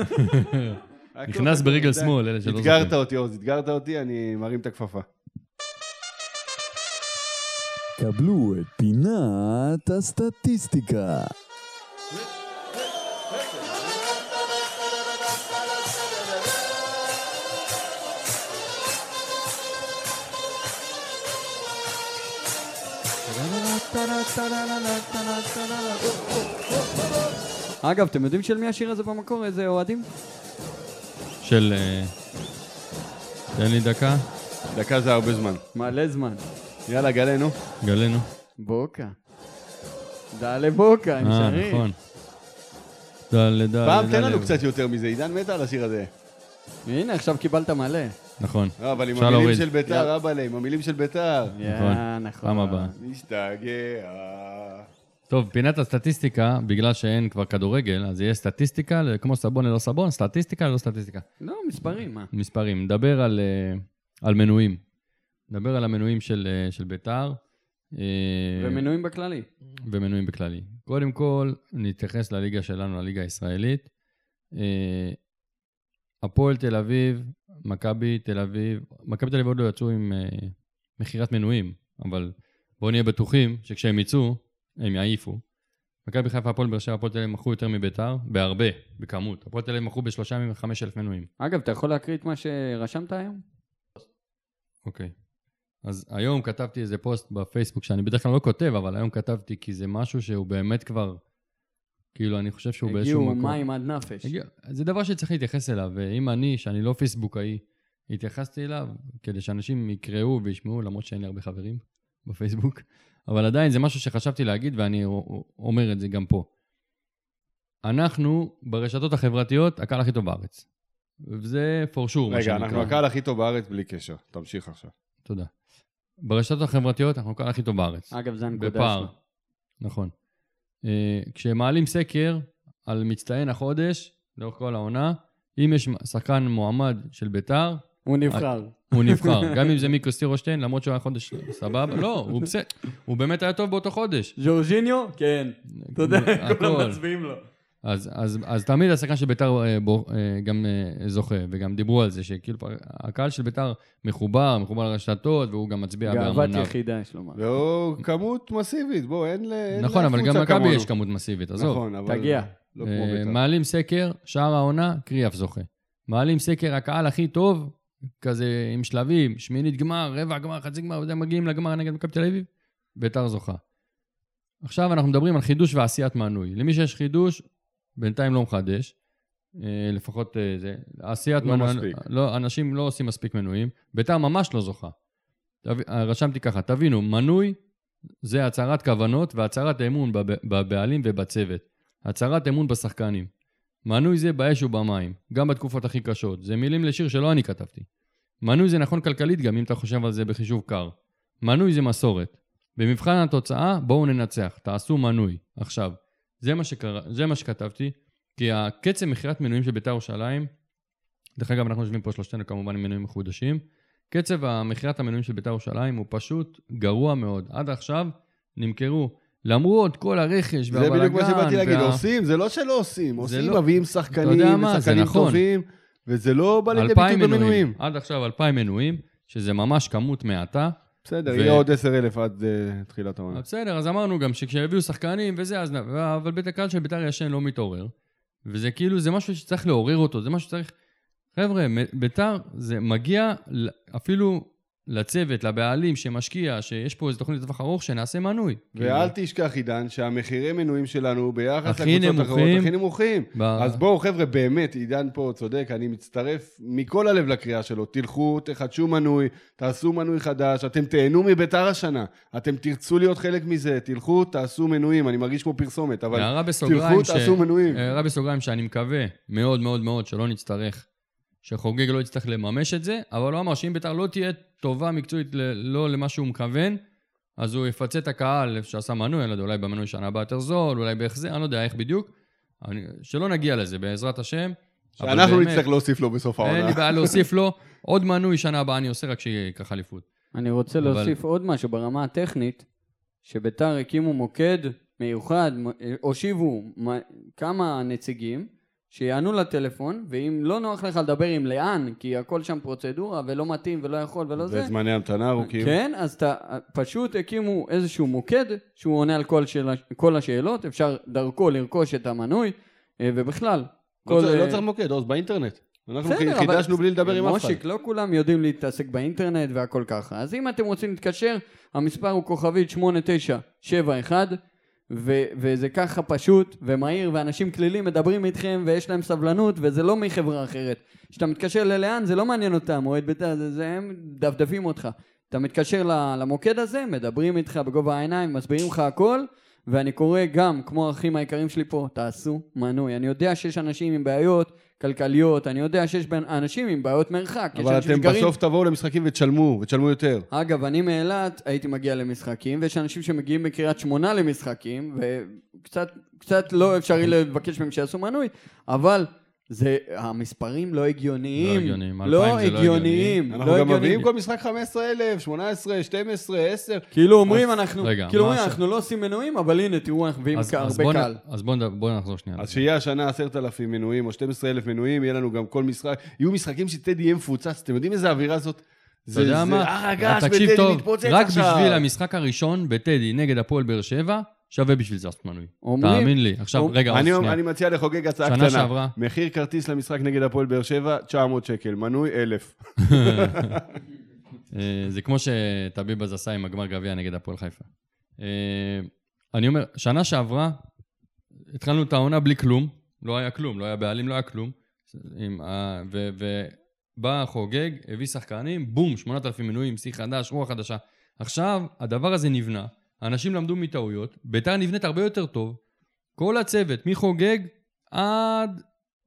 נכנס ברגל שמאל, אלה שלא אתגרת זוכרים. אותי, עוז, אתגרת אותי, אני מרים את הכפפה. קבלו את פינת הסטטיסטיקה. אגב, אתם יודעים של מי השיר הזה במקור? איזה אוהדים? של... אה, תן לי דקה, דקה זה הרבה זמן. מלא זמן. יאללה, גלנו. גלנו. בוקה. דאלה בוקה, הם אה, שרים. נכון. דלה, דלה, פעם תן דלה. לנו קצת יותר מזה, עידן מת על השיר הזה. הנה, עכשיו קיבלת מלא. נכון. לא, אבל עם אפשר המילים להוריד. של ביתר, אבאלה, עם המילים של ביתר. יא, נכון. פעם הבאה. משתגע. טוב, פינת הסטטיסטיקה, בגלל שאין כבר כדורגל, אז יהיה סטטיסטיקה, כמו סבון ללא סבון, סטטיסטיקה ללא סטטיסטיקה. לא, מספרים, מה? מספרים. נדבר על, על מנויים. נדבר על המנויים של, של ביתר. ומנויים בכללי. ומנויים בכללי. קודם כל, נתייחס לליגה שלנו, לליגה הישראלית. הפועל תל אביב, מכבי תל אביב, מכבי תל אביב עוד לא יצאו עם מחירת מנויים, אבל בואו נהיה בטוחים שכשהם יצאו, הם יעיפו. מכבי חיפה, הפועל באר שבע, הפועל תל אביב מכרו יותר מביתר, בהרבה, בכמות. הפועל תל אביב מכרו בשלושה ימים וחמש אלף מנויים. אגב, אתה יכול להקריא את מה שרשמת היום? אוקיי. אז היום כתבתי איזה פוסט בפייסבוק, שאני בדרך כלל לא כותב, אבל היום כתבתי כי זה משהו שהוא באמת כבר, כאילו אני חושב שהוא באיזשהו מקום. הגיעו מים עד נפש. הגיע, זה דבר שצריך להתייחס אליו, ואם אני, שאני לא פייסבוקאי, התייחסתי אליו, כדי שאנשים יקראו וישמעו, למרות שאין לי הרבה חברים בפייסבוק, אבל עדיין זה משהו שחשבתי להגיד, ואני אומר את זה גם פה. אנחנו, ברשתות החברתיות, הקהל הכי טוב בארץ. וזה for sure. רגע, אנחנו הקהל הכי טוב בארץ בלי קשר. תמשיך עכשיו. תודה. ברשתות החברתיות, אנחנו הקהל הכי טוב בארץ. אגב, זה הנקודה בפער. שלו. נכון. כשמעלים סקר על מצטיין החודש, לאורך כל העונה, אם יש שחקן מועמד של ביתר, הוא נבחר. הוא נבחר. גם אם זה מיקרו סטירושטיין, למרות שהוא היה חודש סבבה, לא, הוא בסדר. הוא באמת היה טוב באותו חודש. ז'ורג'יניו? כן. אתה יודע, הכל. כולם מצביעים לו. אז, אז, אז תמיד השחקן של ביתר גם זוכה, וגם דיברו על זה, שכאילו הקהל של ביתר מחובר, מחובר לרשתות, והוא גם מצביע בהמוניו. גאוות יחידה, יש לומר. והוא כמות מסיבית, בוא, אין ל... נכון, אבל גם מכבי יש כמות מסיבית, עזוב. נכון, אבל... תגיע. לא כמו ביתר. מעלים סקר, שער העונה, קריאף זוכה. מעלים סקר, הקהל הכי טוב, כזה עם שלבים, שמינית גמר, רבע גמר, חצי גמר, וזה מגיעים לגמר נגד מכבי תל אביב, ביתר זוכה. עכשיו אנחנו מדברים על חידוש ועשיית מנוי. למי שיש חידוש, בינתיים לא מחדש, לפחות זה, עשיית לא מנוי, מספיק. לא, אנשים לא עושים מספיק מנויים, ביתר ממש לא זוכה. רשמתי ככה, תבינו, מנוי זה הצהרת כוונות והצהרת אמון בבעלים ובצוות. הצהרת אמון בשחקנים. מנוי זה באש ובמים, גם בתקופות הכי קשות. זה מילים לשיר שלא אני כתבתי. מנוי זה נכון כלכלית גם אם אתה חושב על זה בחישוב קר. מנוי זה מסורת. במבחן התוצאה, בואו ננצח, תעשו מנוי. עכשיו, זה מה, שקרה, זה מה שכתבתי, כי הקצב מחירת מנויים של ביתר ירושלים, דרך אגב אנחנו יושבים פה שלושתנו כמובן עם מנויים מחודשים, קצב המחירת המנויים של ביתר ירושלים הוא פשוט גרוע מאוד. עד עכשיו נמכרו, למרות כל הרכש והבלגן. זה בדיוק מה שבאתי להגיד, עושים, זה לא שלא עושים, עושים, מביאים שחקנים, ושחקנים טובים, וזה לא בא לידי ביטוי במנויים. עד עכשיו אלפיים מנויים, שזה ממש כמות מעטה. בסדר, יהיה עוד עשרת אלפים עד תחילת העונה. בסדר, אז אמרנו גם שכשהביאו שחקנים וזה, אבל בית הקהל של ביתר ישן לא מתעורר. וזה כאילו, זה משהו שצריך לעורר אותו, זה משהו שצריך... חבר'ה, ביתר זה מגיע אפילו לצוות, לבעלים שמשקיע, שיש פה איזו תוכנית לטווח ארוך, שנעשה מנוי. ואל תשכח, עידן, שהמחירי מנויים שלנו ביחס לקבוצות אחרות הכי נמוכים. אז בואו, חבר'ה, באמת, עידן פה צודק, אני מצטרף מכל הלב לקריאה שלו. תלכו, תחדשו מנוי, תעשו מנוי חדש, אתם תהנו מביתר השנה, אתם תרצו להיות חלק מזה, תלכו, תעשו מנויים, אני מרגיש פה פרסומת, אבל תלכו, תעשו מנויים. הערה בסוגריים שאני מקווה מאוד מאוד מאוד שלא נצטרך שחוגג לא יצטרך לממש את זה, אבל הוא אמר שאם ביתר לא תהיה טובה מקצועית לא למה שהוא מכוון, אז הוא יפצה את הקהל שעשה מנוי, אולי במנוי שנה הבאה יותר זול, אולי בהחזר, אני לא יודע איך בדיוק, שלא נגיע לזה בעזרת השם. שאנחנו נצטרך להוסיף לו בסוף העונה. אין לי בעיה להוסיף לו, עוד מנוי שנה הבאה אני עושה רק שיקח אליפות. אני רוצה להוסיף עוד משהו ברמה הטכנית, שביתר הקימו מוקד מיוחד, הושיבו כמה נציגים, שיענו לטלפון, ואם לא נוח לך לדבר עם לאן, כי הכל שם פרוצדורה, ולא מתאים, ולא יכול, ולא זה. וזמני המתנה ארוכים. כן, אז אתה, פשוט הקימו איזשהו מוקד, שהוא עונה על כל, שאלה, כל השאלות, אפשר דרכו לרכוש את המנוי, ובכלל. לא, כל... לא צריך מוקד, עוז, באינטרנט. אנחנו חידשנו בלי לדבר עם אף אחד. מושיק, לא כולם יודעים להתעסק באינטרנט והכל ככה. אז אם אתם רוצים להתקשר, המספר הוא כוכבית שמונה תשע שבע אחת, ו- וזה ככה פשוט ומהיר, ואנשים כלילים מדברים איתכם ויש להם סבלנות, וזה לא מחברה אחרת. כשאתה מתקשר ללאן זה לא מעניין אותם, או את ביתה, זה, זה הם דפדפים אותך. אתה מתקשר למוקד הזה, מדברים איתך בגובה העיניים, מסבירים לך הכל, ואני קורא גם, כמו האחים היקרים שלי פה, תעשו מנוי. אני יודע שיש אנשים עם בעיות כלכליות, אני יודע שיש בין אנשים עם בעיות מרחק. אבל אתם שגרים... בסוף תבואו למשחקים ותשלמו, ותשלמו יותר. אגב, אני מאילת הייתי מגיע למשחקים, ויש אנשים שמגיעים בקריית שמונה למשחקים, וקצת קצת לא אפשרי לבקש מהם שיעשו מנוי, אבל זה, המספרים לא הגיוניים. לא הגיוניים, לא הגיוניים. אנחנו גם מביאים כל משחק חמישה עשר אלף, שמונה עשרה, שתים עשרה, עשר. כאילו אומרים אנחנו, רגע, כאילו אומרים ש... אנחנו לא עושים מנויים, אבל הנה תראו אנחנו מביאים אז, הרבה אז בוא קהל. נ... אז בואו בוא נחזור שנייה. אז שיהיה השנה עשרת אלפים מנויים, או שנים עשר אלף מנויים, יהיה לנו גם כל משחק, יהיו משחקים שטדי יהיה מפוצץ, אתם יודעים איזה האווירה הזאת? אתה יודע מה? תקשיב טוב, רק בשביל המשחק הראשון בטדי נגד הפועל באר שבע, שווה בשביל זה לעשות מנוי. תאמין לי. עכשיו, רגע, אני, אני מציע לחוגג הצעה קטנה. שעברה. מחיר כרטיס למשחק נגד הפועל באר שבע, תשע מאות שקל. מנוי, אלף. זה כמו שטביב עשה עם הגמר גביע נגד הפועל חיפה. אני אומר, שנה שעברה, התחלנו את העונה בלי כלום. לא היה כלום, לא היה בעלים, לא היה כלום. ובא חוגג, הביא שחקנים, בום, שמונת אלפים מנויים, שיא חדש, רוח חדשה. עכשיו, הדבר הזה נבנה. האנשים למדו מטעויות, ביתר נבנית הרבה יותר טוב, כל הצוות, מחוגג עד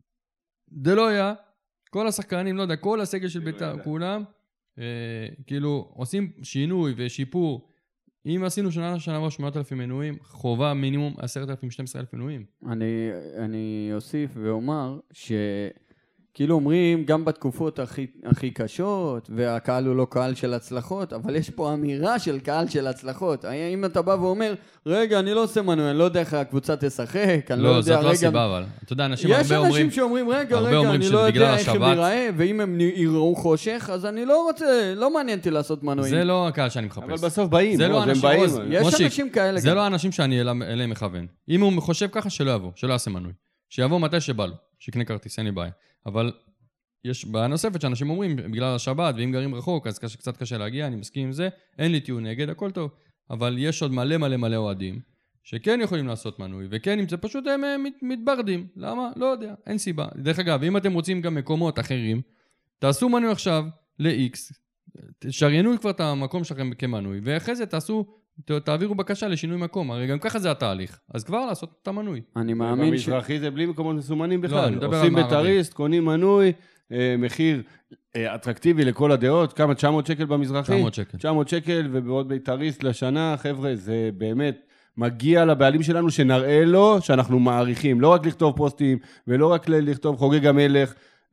דלויה, כל השחקנים, לא יודע, כל הסגל של ביתר, כולם, אה, כאילו, עושים שינוי ושיפור. אם עשינו שנה שנה שמונת אלפים מנויים, חובה מינימום עשרת אלפים, שנים עשר אלף מנויים. אני, אני אוסיף ואומר ש... כאילו אומרים, גם בתקופות הכי, הכי קשות, והקהל הוא לא קהל של הצלחות, אבל יש פה אמירה של קהל של הצלחות. אם אתה בא ואומר, רגע, אני לא עושה מנוי, אני לא יודע איך הקבוצה תשחק, אני לא, לא יודע, זאת רגע... לא הסיבה, אבל. אתה יודע, אנשים הרבה אומרים... יש אנשים שאומרים, רגע, רגע, אני לא יודע איך הם ייראה, ואם הם יראו חושך, אז אני לא רוצה, לא מעניין אותי לעשות מנויים. זה לא הקהל שאני מחפש. אבל בסוף באים, זה לא הם אנשים, באים. יש אנשים כאלה. זה לא האנשים שאני אליהם מכוון. אם הוא חושב ככה, שלא יבוא, שלא יעשה מנוי. שיבוא מתי שבא לו, שיקנה כרטיס, אין לי בעיה. אבל יש בעיה נוספת שאנשים אומרים, בגלל השבת, ואם גרים רחוק, אז קצת קשה להגיע, אני מסכים עם זה, אין לי טיעון נגד, הכל טוב. אבל יש עוד מלא מלא מלא אוהדים, שכן יכולים לעשות מנוי, וכן אם זה פשוט הם מתברדים. למה? לא יודע, אין סיבה. דרך אגב, אם אתם רוצים גם מקומות אחרים, תעשו מנוי עכשיו ל-X, תשריינו כבר את המקום שלכם כמנוי, ואחרי זה תעשו, תעבירו בקשה לשינוי מקום, הרי גם ככה זה התהליך, אז כבר לעשות את המנוי. אני מאמין ש... במזרחי זה בלי מקומות מסומנים לא, בכלל. אני עושים בטריסט, קונים מנוי, מחיר אטרקטיבי לכל הדעות, כמה תשע מאות שקל במזרחי? תשע מאות שקל. תשע מאות שקל, ובעוד בטריסט לשנה, חבר'ה, זה באמת מגיע לבעלים שלנו שנראה לו שאנחנו מעריכים, לא רק לכתוב פוסטים, ולא רק לכתוב חוגג המלך,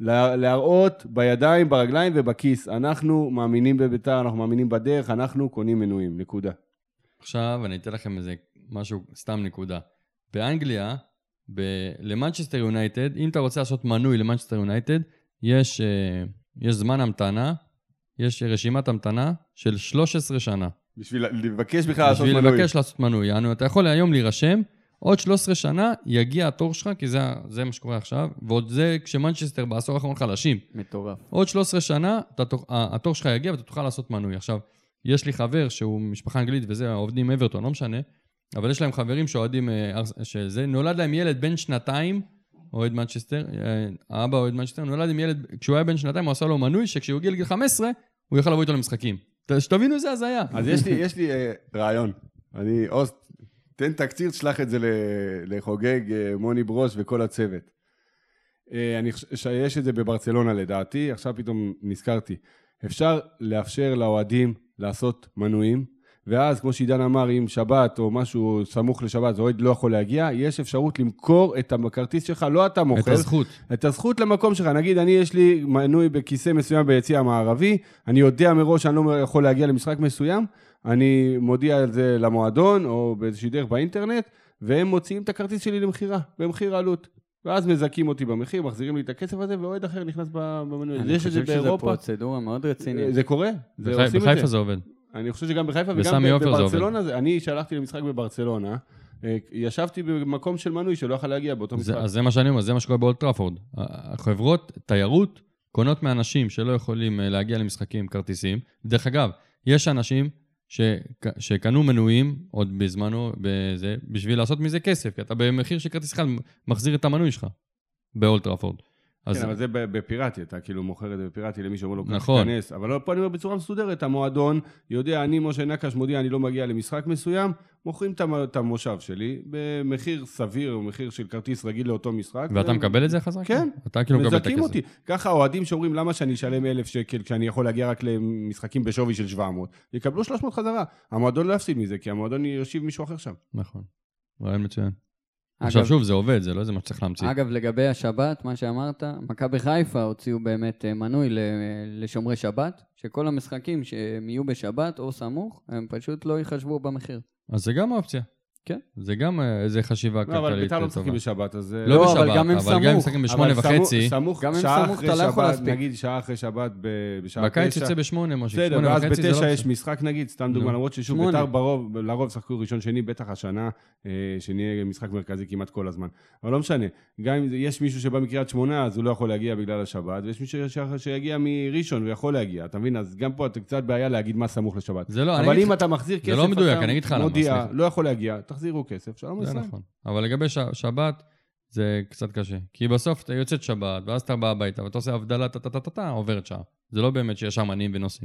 להראות בידיים, ברגליים ובכיס. אנחנו מאמינים בביתר, אנחנו מאמינים בדרך, אנחנו קונים מנויים, נקודה. עכשיו אני אתן לכם איזה משהו, סתם נקודה. באנגליה, ב- למנצ'סטר יונייטד, אם אתה רוצה לעשות מנוי למנצ'סטר יונייטד, יש, יש זמן המתנה, יש רשימת המתנה של שלוש עשרה שנה. בשביל לבקש בכלל לעשות מנוי. בשביל לבקש לעשות מנוי. יענו, אתה יכול היום להירשם, עוד שלוש עשרה שנה יגיע התור שלך, כי זה, זה מה שקורה עכשיו, ועוד זה כשמנצ'סטר בעשור האחרון חלשים. מטורף. עוד שלוש עשרה שנה, אתה, התור שלך יגיע ואתה תוכל לעשות מנוי. עכשיו, יש לי חבר שהוא משפחה אנגלית וזה, עובדים אברטון, לא משנה, אבל יש להם חברים שאוהדים, שזה, נולד להם ילד בן שנתיים, אוהד מנצ'סטר, האבא אוהד מנצ'סטר, נולד עם ילד, כשהוא היה בן שנתיים, הוא עשה לו מנוי, שכשהוא הגיע לגיל חמש עשרה, הוא יכל לבוא איתו למשחקים. שתבינו זה, אז היה. אז יש לי, יש לי רעיון. אני, אוסט, תן תקציר, תשלח את זה לחוגג מוני ברוש וכל הצוות. אני חושב שיש את זה בברצלונה לדעתי, עכשיו פתאום נזכרתי. אפשר לאפשר לאוהדים לעשות מנויים, ואז כמו שעידן אמר, אם שבת או משהו סמוך לשבת, זה אוהד לא יכול להגיע, יש אפשרות למכור את הכרטיס שלך, לא אתה מוכר. את הזכות. את הזכות למקום שלך. נגיד, אני יש לי מנוי בכיסא מסוים ביציע המערבי, אני יודע מראש שאני לא יכול להגיע למשחק מסוים, אני מודיע על זה למועדון או באיזושהי דרך באינטרנט, והם מוציאים את הכרטיס שלי למחירה, במחיר העלות. ואז מזכים אותי במחיר, מחזירים לי את הכסף הזה, ואוהד אחר נכנס במנוי. אני חושב שזה פרוצדורה מאוד רצינית. זה קורה? בחיפה זה עובד. אני חושב שגם בחיפה וגם בברצלונה, אני שלחתי למשחק בברצלונה, ישבתי במקום של מנוי שלא יכול להגיע באותו משחק. אז זה מה שאני אומר, זה מה שקורה באולד טראפורד. החברות תיירות קונות מאנשים שלא יכולים להגיע למשחקים כרטיסים. דרך אגב, יש אנשים שקנו מנויים עוד בזמנו בזה, בשביל לעשות מזה כסף, כי אתה במחיר שכרטיס אחד מחזיר את המנוי שלך באולד טראפורד. אז... כן, אבל זה בפיראטי, אתה כאילו מוכר את זה בפיראטי למי שאומר לו כך נכון. תיכנס, אבל פה אני אומר בצורה מסודרת, המועדון יודע, אני משה נקש מודיע, אני לא מגיע למשחק מסוים, מוכרים את המושב שלי במחיר סביר, או מחיר של כרטיס רגיל לאותו משחק. ואתה מקבל את זה חזרה? כן. אתה כאילו מקבל את מזכים הכסף. אותי. ככה האוהדים שאומרים, למה שאני אשלם אלף שקל כשאני יכול להגיע רק למשחקים בשווי של שבע מאות? יקבלו שלוש מאות חזרה. המועדון לא יפסיד מזה, כי המועדון יושיב מישהו אחר שם. נכון. רעיון מצוין. עכשיו שוב, זה עובד, זה לא איזה מה שצריך להמציא. אגב, לגבי השבת, מה שאמרת, מכבי חיפה הוציאו באמת מנוי לשומרי שבת, שכל המשחקים שהם יהיו בשבת או סמוך, הם פשוט לא יחשבו במחיר. אז זה גם האופציה. כן. זה גם איזה חשיבה כלכלית לא, טובה. אבל בית"ר לא משחקים בשבת, אז... לא אבל בשבת, גם הם אבל גם אם משחקים בשמונה וחצי. גם אם סמוך אתה לא יכול להספיק. נגיד שעה אחרי שבת בשעה תשע. בקיץ יוצא בשמונה, משה. בסדר, שמונה ואז וחצי זה לא בתשע יש בסדר. משחק נגיד, סתם דוגמה, למרות ששוב בית"ר ברוב, לרוב שחקו ראשון שני, בטח השנה, שנהיה משחק מרכזי כמעט כל הזמן. אבל לא משנה, גם אם יש מישהו שבא מקריית שמונה, אז הוא לא יכול להגיע בגלל השבת, ויש מישהו שיגיע מראשון ויכול להגיע. אתה מבין? אז גם פה אתה קצת בעיה להגיד מה סמוך לשבת. אבל אם אתה מחזיר כסף, לא מדויק, אני אגיד לך למה, מודיע, לא יכול להגיע, תחזירו כסף, שלום זה ישראל. נכון. אבל לגבי ש... שבת, זה קצת קשה. כי בסוף אתה יוצאת שבת, ואז אתה בא הביתה, ואתה עושה הבדלה, טה-טה-טה-טה, עוברת שעה. זה לא באמת שיש אמנים ונוסעים.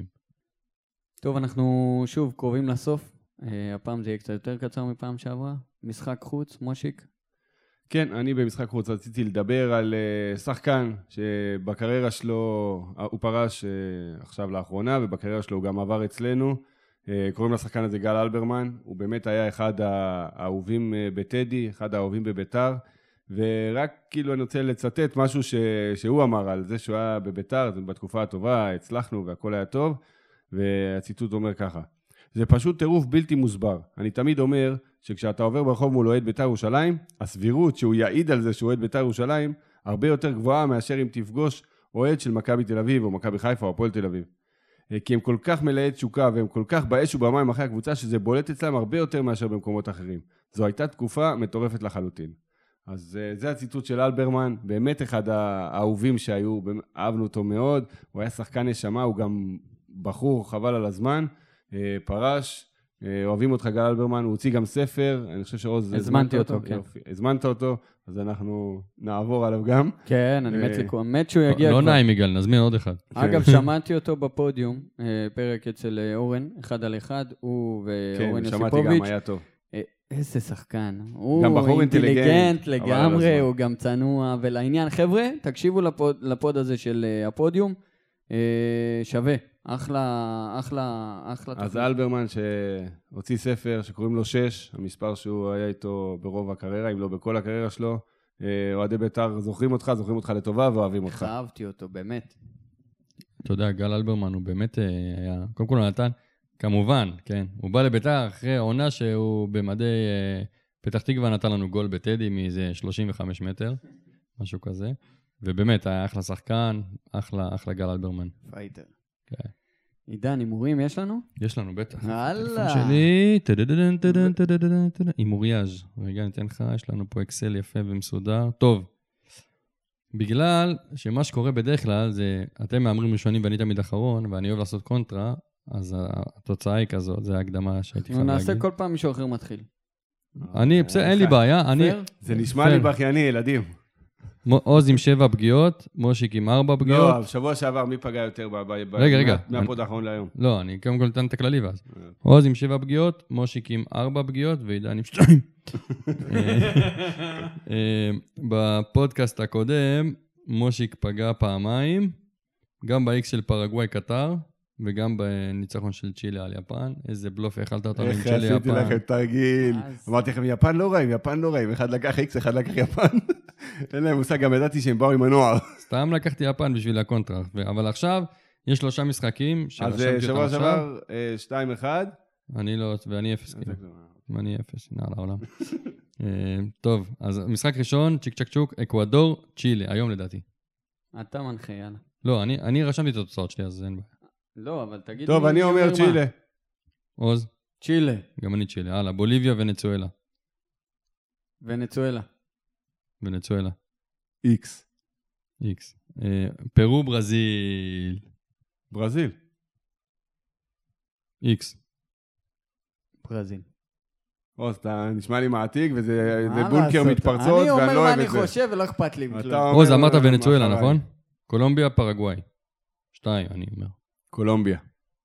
טוב, אנחנו שוב קרובים לסוף. הפעם זה יהיה קצת יותר קצר מפעם שעברה. משחק חוץ, מושיק. כן, אני במשחק חוץ רציתי לדבר על uh, שחקן שבקריירה שלו, הוא פרש uh, עכשיו לאחרונה, ובקריירה שלו הוא גם עבר אצלנו. Uh, קוראים לשחקן הזה גל אלברמן, הוא באמת היה אחד האהובים uh, בטדי, אחד האהובים בביתר, ורק כאילו אני רוצה לצטט משהו ש... שהוא אמר על זה שהוא היה בביתר, בתקופה הטובה, הצלחנו והכל היה טוב, והציטוט אומר ככה: זה פשוט טירוף בלתי מוסבר. אני תמיד אומר שכשאתה עובר ברחוב מול אוהד בית"ר ירושלים, הסבירות שהוא יעיד על זה שהוא אוהד בית"ר ירושלים, הרבה יותר גבוהה מאשר אם תפגוש אוהד של מכבי תל אביב, או מכבי חיפה, או הפועל תל אביב. כי הם כל כך מלאי תשוקה, והם כל כך באש ובמים אחרי הקבוצה, שזה בולט אצלם הרבה יותר מאשר במקומות אחרים. זו הייתה תקופה מטורפת לחלוטין. אז זה הציטוט של אלברמן, באמת אחד האהובים שהיו, אהבנו אותו מאוד, הוא היה שחקן נשמה, הוא גם בחור, חבל על הזמן, פרש, אוהבים אותך גל אלברמן, הוא הוציא גם ספר, אני חושב שעוז... הזמנתי אותו, כן. הזמנת אותו, אז אנחנו נעבור עליו גם. כן, אני מת לקרוא, מת שהוא יגיע כבר. לא נעים יגאל, נזמין עוד אחד. אגב, שמעתי אותו בפודיום, פרק אצל אורן, אחד על אחד, הוא ואורן יוסיפוביץ'. כן, שמעתי גם, היה טוב. איזה שחקן. הוא אינטליגנט לגמרי, הוא גם צנוע ולעניין. חבר'ה, תקשיבו לפוד הזה של הפודיום, שווה. אחלה, אחלה, אחלה. אז אלברמן שהוציא ספר שקוראים לו שש, המספר שהוא היה איתו ברוב הקריירה, אם לא בכל הקריירה שלו. אוהדי בית"ר זוכרים אותך, זוכרים אותך לטובה ואוהבים אותך. אהבתי אותו, באמת. אתה יודע, גל אלברמן הוא באמת היה, קודם כל הוא נתן, כמובן, כן, הוא בא לבית"ר אחרי עונה שהוא במדי פתח תקווה נתן לנו גול בטדי מאיזה שלושים וחמישה מטר, משהו כזה, ובאמת היה אחלה שחקן, אחלה, אחלה גל אלברמן. פייטר. כן. עידן, הימורים יש לנו? יש לנו, בטח. הלאה. שלי, הימוריאז'. רגע, ניתן לך, יש לנו פה אקסל יפה ומסודר. טוב, בגלל שמה שקורה בדרך כלל זה, אתם מאמרים ראשונים ואני תמיד אחרון, ואני אוהב לעשות קונטרה, אז התוצאה היא כזאת, זה ההקדמה שהייתי חייב להגיד. נעשה כל פעם מישהו אחר מתחיל. אני, בסדר, אין לי בעיה. זה נשמע לי בכייני, ילדים. עוז עם שבע פגיעות, מושיק עם ארבע פגיעות. לא, בשבוע שעבר מי פגע יותר רגע, רגע. מהפוד האחרון להיום? לא, אני קודם כל נתן את הכללי ואז. עוז עם שבע פגיעות, מושיק עם ארבע פגיעות, ועידן עם שתיים. בפודקאסט הקודם, מושיק פגע פעמיים, גם ב-X של פרגוואי קטר, וגם בניצחון של צ'ילה על יפן. איזה בלוף, אכלת אותם עם צ'ילה יפן. איך עשיתי לכם תרגיל. אמרתי לכם, יפן לא רעים, יפן לא רעים. אחד לקח X, אחד לקח יפן. אין להם מושג, גם ידעתי שהם באו עם הנוער. סתם לקחתי יפן בשביל הקונטרה. אבל עכשיו, יש שלושה משחקים אז שבוע שעבר, שתיים אחד. אני לא, ואני אפס. ואני אפס, נעל העולם. טוב, אז משחק ראשון, צ'יק צ'ק צ'וק, אקוודור, צ'ילה, היום לדעתי. אתה מנחה, יאללה. לא, אני רשמתי את התוצאות שלי, אז אין בעיה. לא, אבל תגיד... טוב, אני אומר צ'ילה. עוז? צ'ילה. גם אני צ'ילה. הלאה, בוליביה ונצואלה. ונצואלה. ונצואלה. איקס. איקס. פרו, ברזיל. ברזיל. איקס. ברזיל. עוז, אתה נשמע לי מעתיק, וזה מה בונקר לעשות? מתפרצות, אני ואני אומר לא מה אוהב אני את זה. חושב ולא אכפת לי אתה מכלום. אומר- עוז, אמרת מה ונצואלה, אחריי? נכון? קולומביה, פרגוואי. שתיים, אני אומר. קולומביה.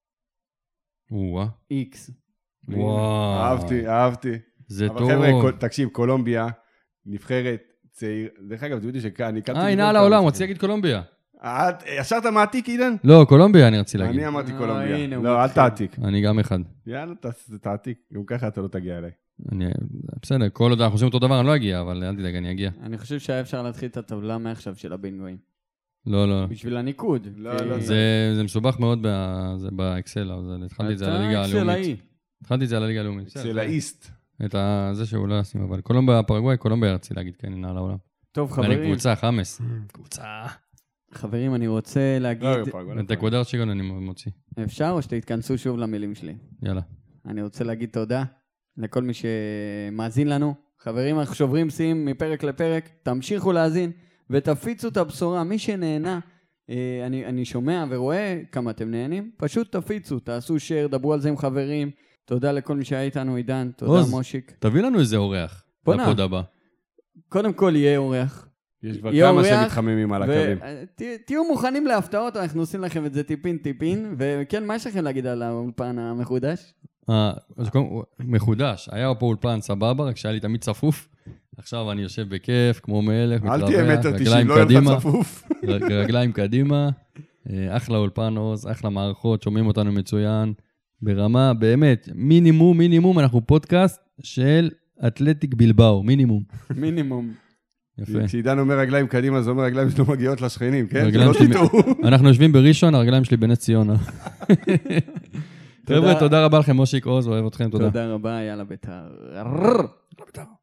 או-אה. איקס. וואו. אהבתי, אהבתי. זה אבל טוב. חבר'ה, כל- תקשיב, קולומביה, נבחרת צעיר, דרך אגב, זה יודעים שאני הקמתי... אה, הנה על העולם, רציתי להגיד קולומביה. את- ישר אתה מעתיק, אילן? לא, קולומביה אני רציתי להגיד. אני אמרתי אה, קולומביה. הנה, הוא לא, אל מתחיל. תעתיק. אני גם אחד. יאללה, ת- תעתיק. גם ככה אתה לא תגיע אליי. אני... בסדר, כל עוד אנחנו עושים אותו דבר, אני לא אגיע, אבל אל תדאג, אני אגיע. אני חושב שהיה אפשר להתחיל את הטבלה מעכשיו של הבינגואים. לא, לא. בשביל הניקוד. לא, כי- לא, זה זה מסובך מאוד ב- זה באקסל, אז התחלתי את זה על הליגה אתה הלאומית. אקסלאי. התחלתי את זה על הליגה הלאומית. של האיסט. את ה- זה שהוא לא ישים, אבל קולומביה, פרגוואי, קולומביה רציתי להגיד, כן, הנה על העולם. טוב, ואני חברים. קבוצה, חמאס. קבוצה. חברים, אני רוצה להגיד... לא, פרגוואי, לא את הקודר שיגון אני מוציא. אפשר או שתתכנסו שוב למילים שלי? יאללה. אני רוצה להגיד תודה לכל מי שמאזין לנו. חברים, אנחנו שוברים שיאים מפרק לפרק. תמשיכו להאזין ותפיצו את הבשורה. מי שנהנה, אה, אני, אני שומע ורואה כמה אתם נהנים. פשוט תפיצו, תעשו שייר, דברו על זה עם חברים. תודה לכל מי שהיה איתנו, עידן. תודה, עוז. מושיק. תביא לנו איזה אורח. בוא'נה. לפוד הבא. קודם כל יהיה אורח. יש כבר יהיה כמה אורח, שמתחממים על הקווים. ותהיו מוכנים להפתעות, אנחנו עושים לכם את זה טיפין טיפין. וכן, מה יש לכם להגיד על האולפן המחודש? אה, אז קודם, מחודש. היה פה אולפן סבבה, רק שהיה לי תמיד צפוף. עכשיו אני יושב בכיף, כמו מלך, אל מתרווח, תהיה מטר רגליים תשעים, לא יהיה קדימה, לך צפוף. רגליים קדימה. אה, אחלה אולפן עוז, אחלה מערכות, שומעים אותנו מצוין. ברמה, באמת, מינימום, מינימום, אנחנו פודקאסט של אתלטיק בלבאו, מינימום. מינימום. יפה. כשעידן אומר רגליים קדימה, זה אומר רגליים שלא מגיעות לשכנים, כן? הרגליים שלא שלי- תטעו. אנחנו יושבים בראשון, הרגליים שלי בנס ציונה. חבר'ה, תודה רבה לכם, מושיק עוז, אוהב אתכם, תודה. תודה רבה, יאללה בית"ר. בית"ר.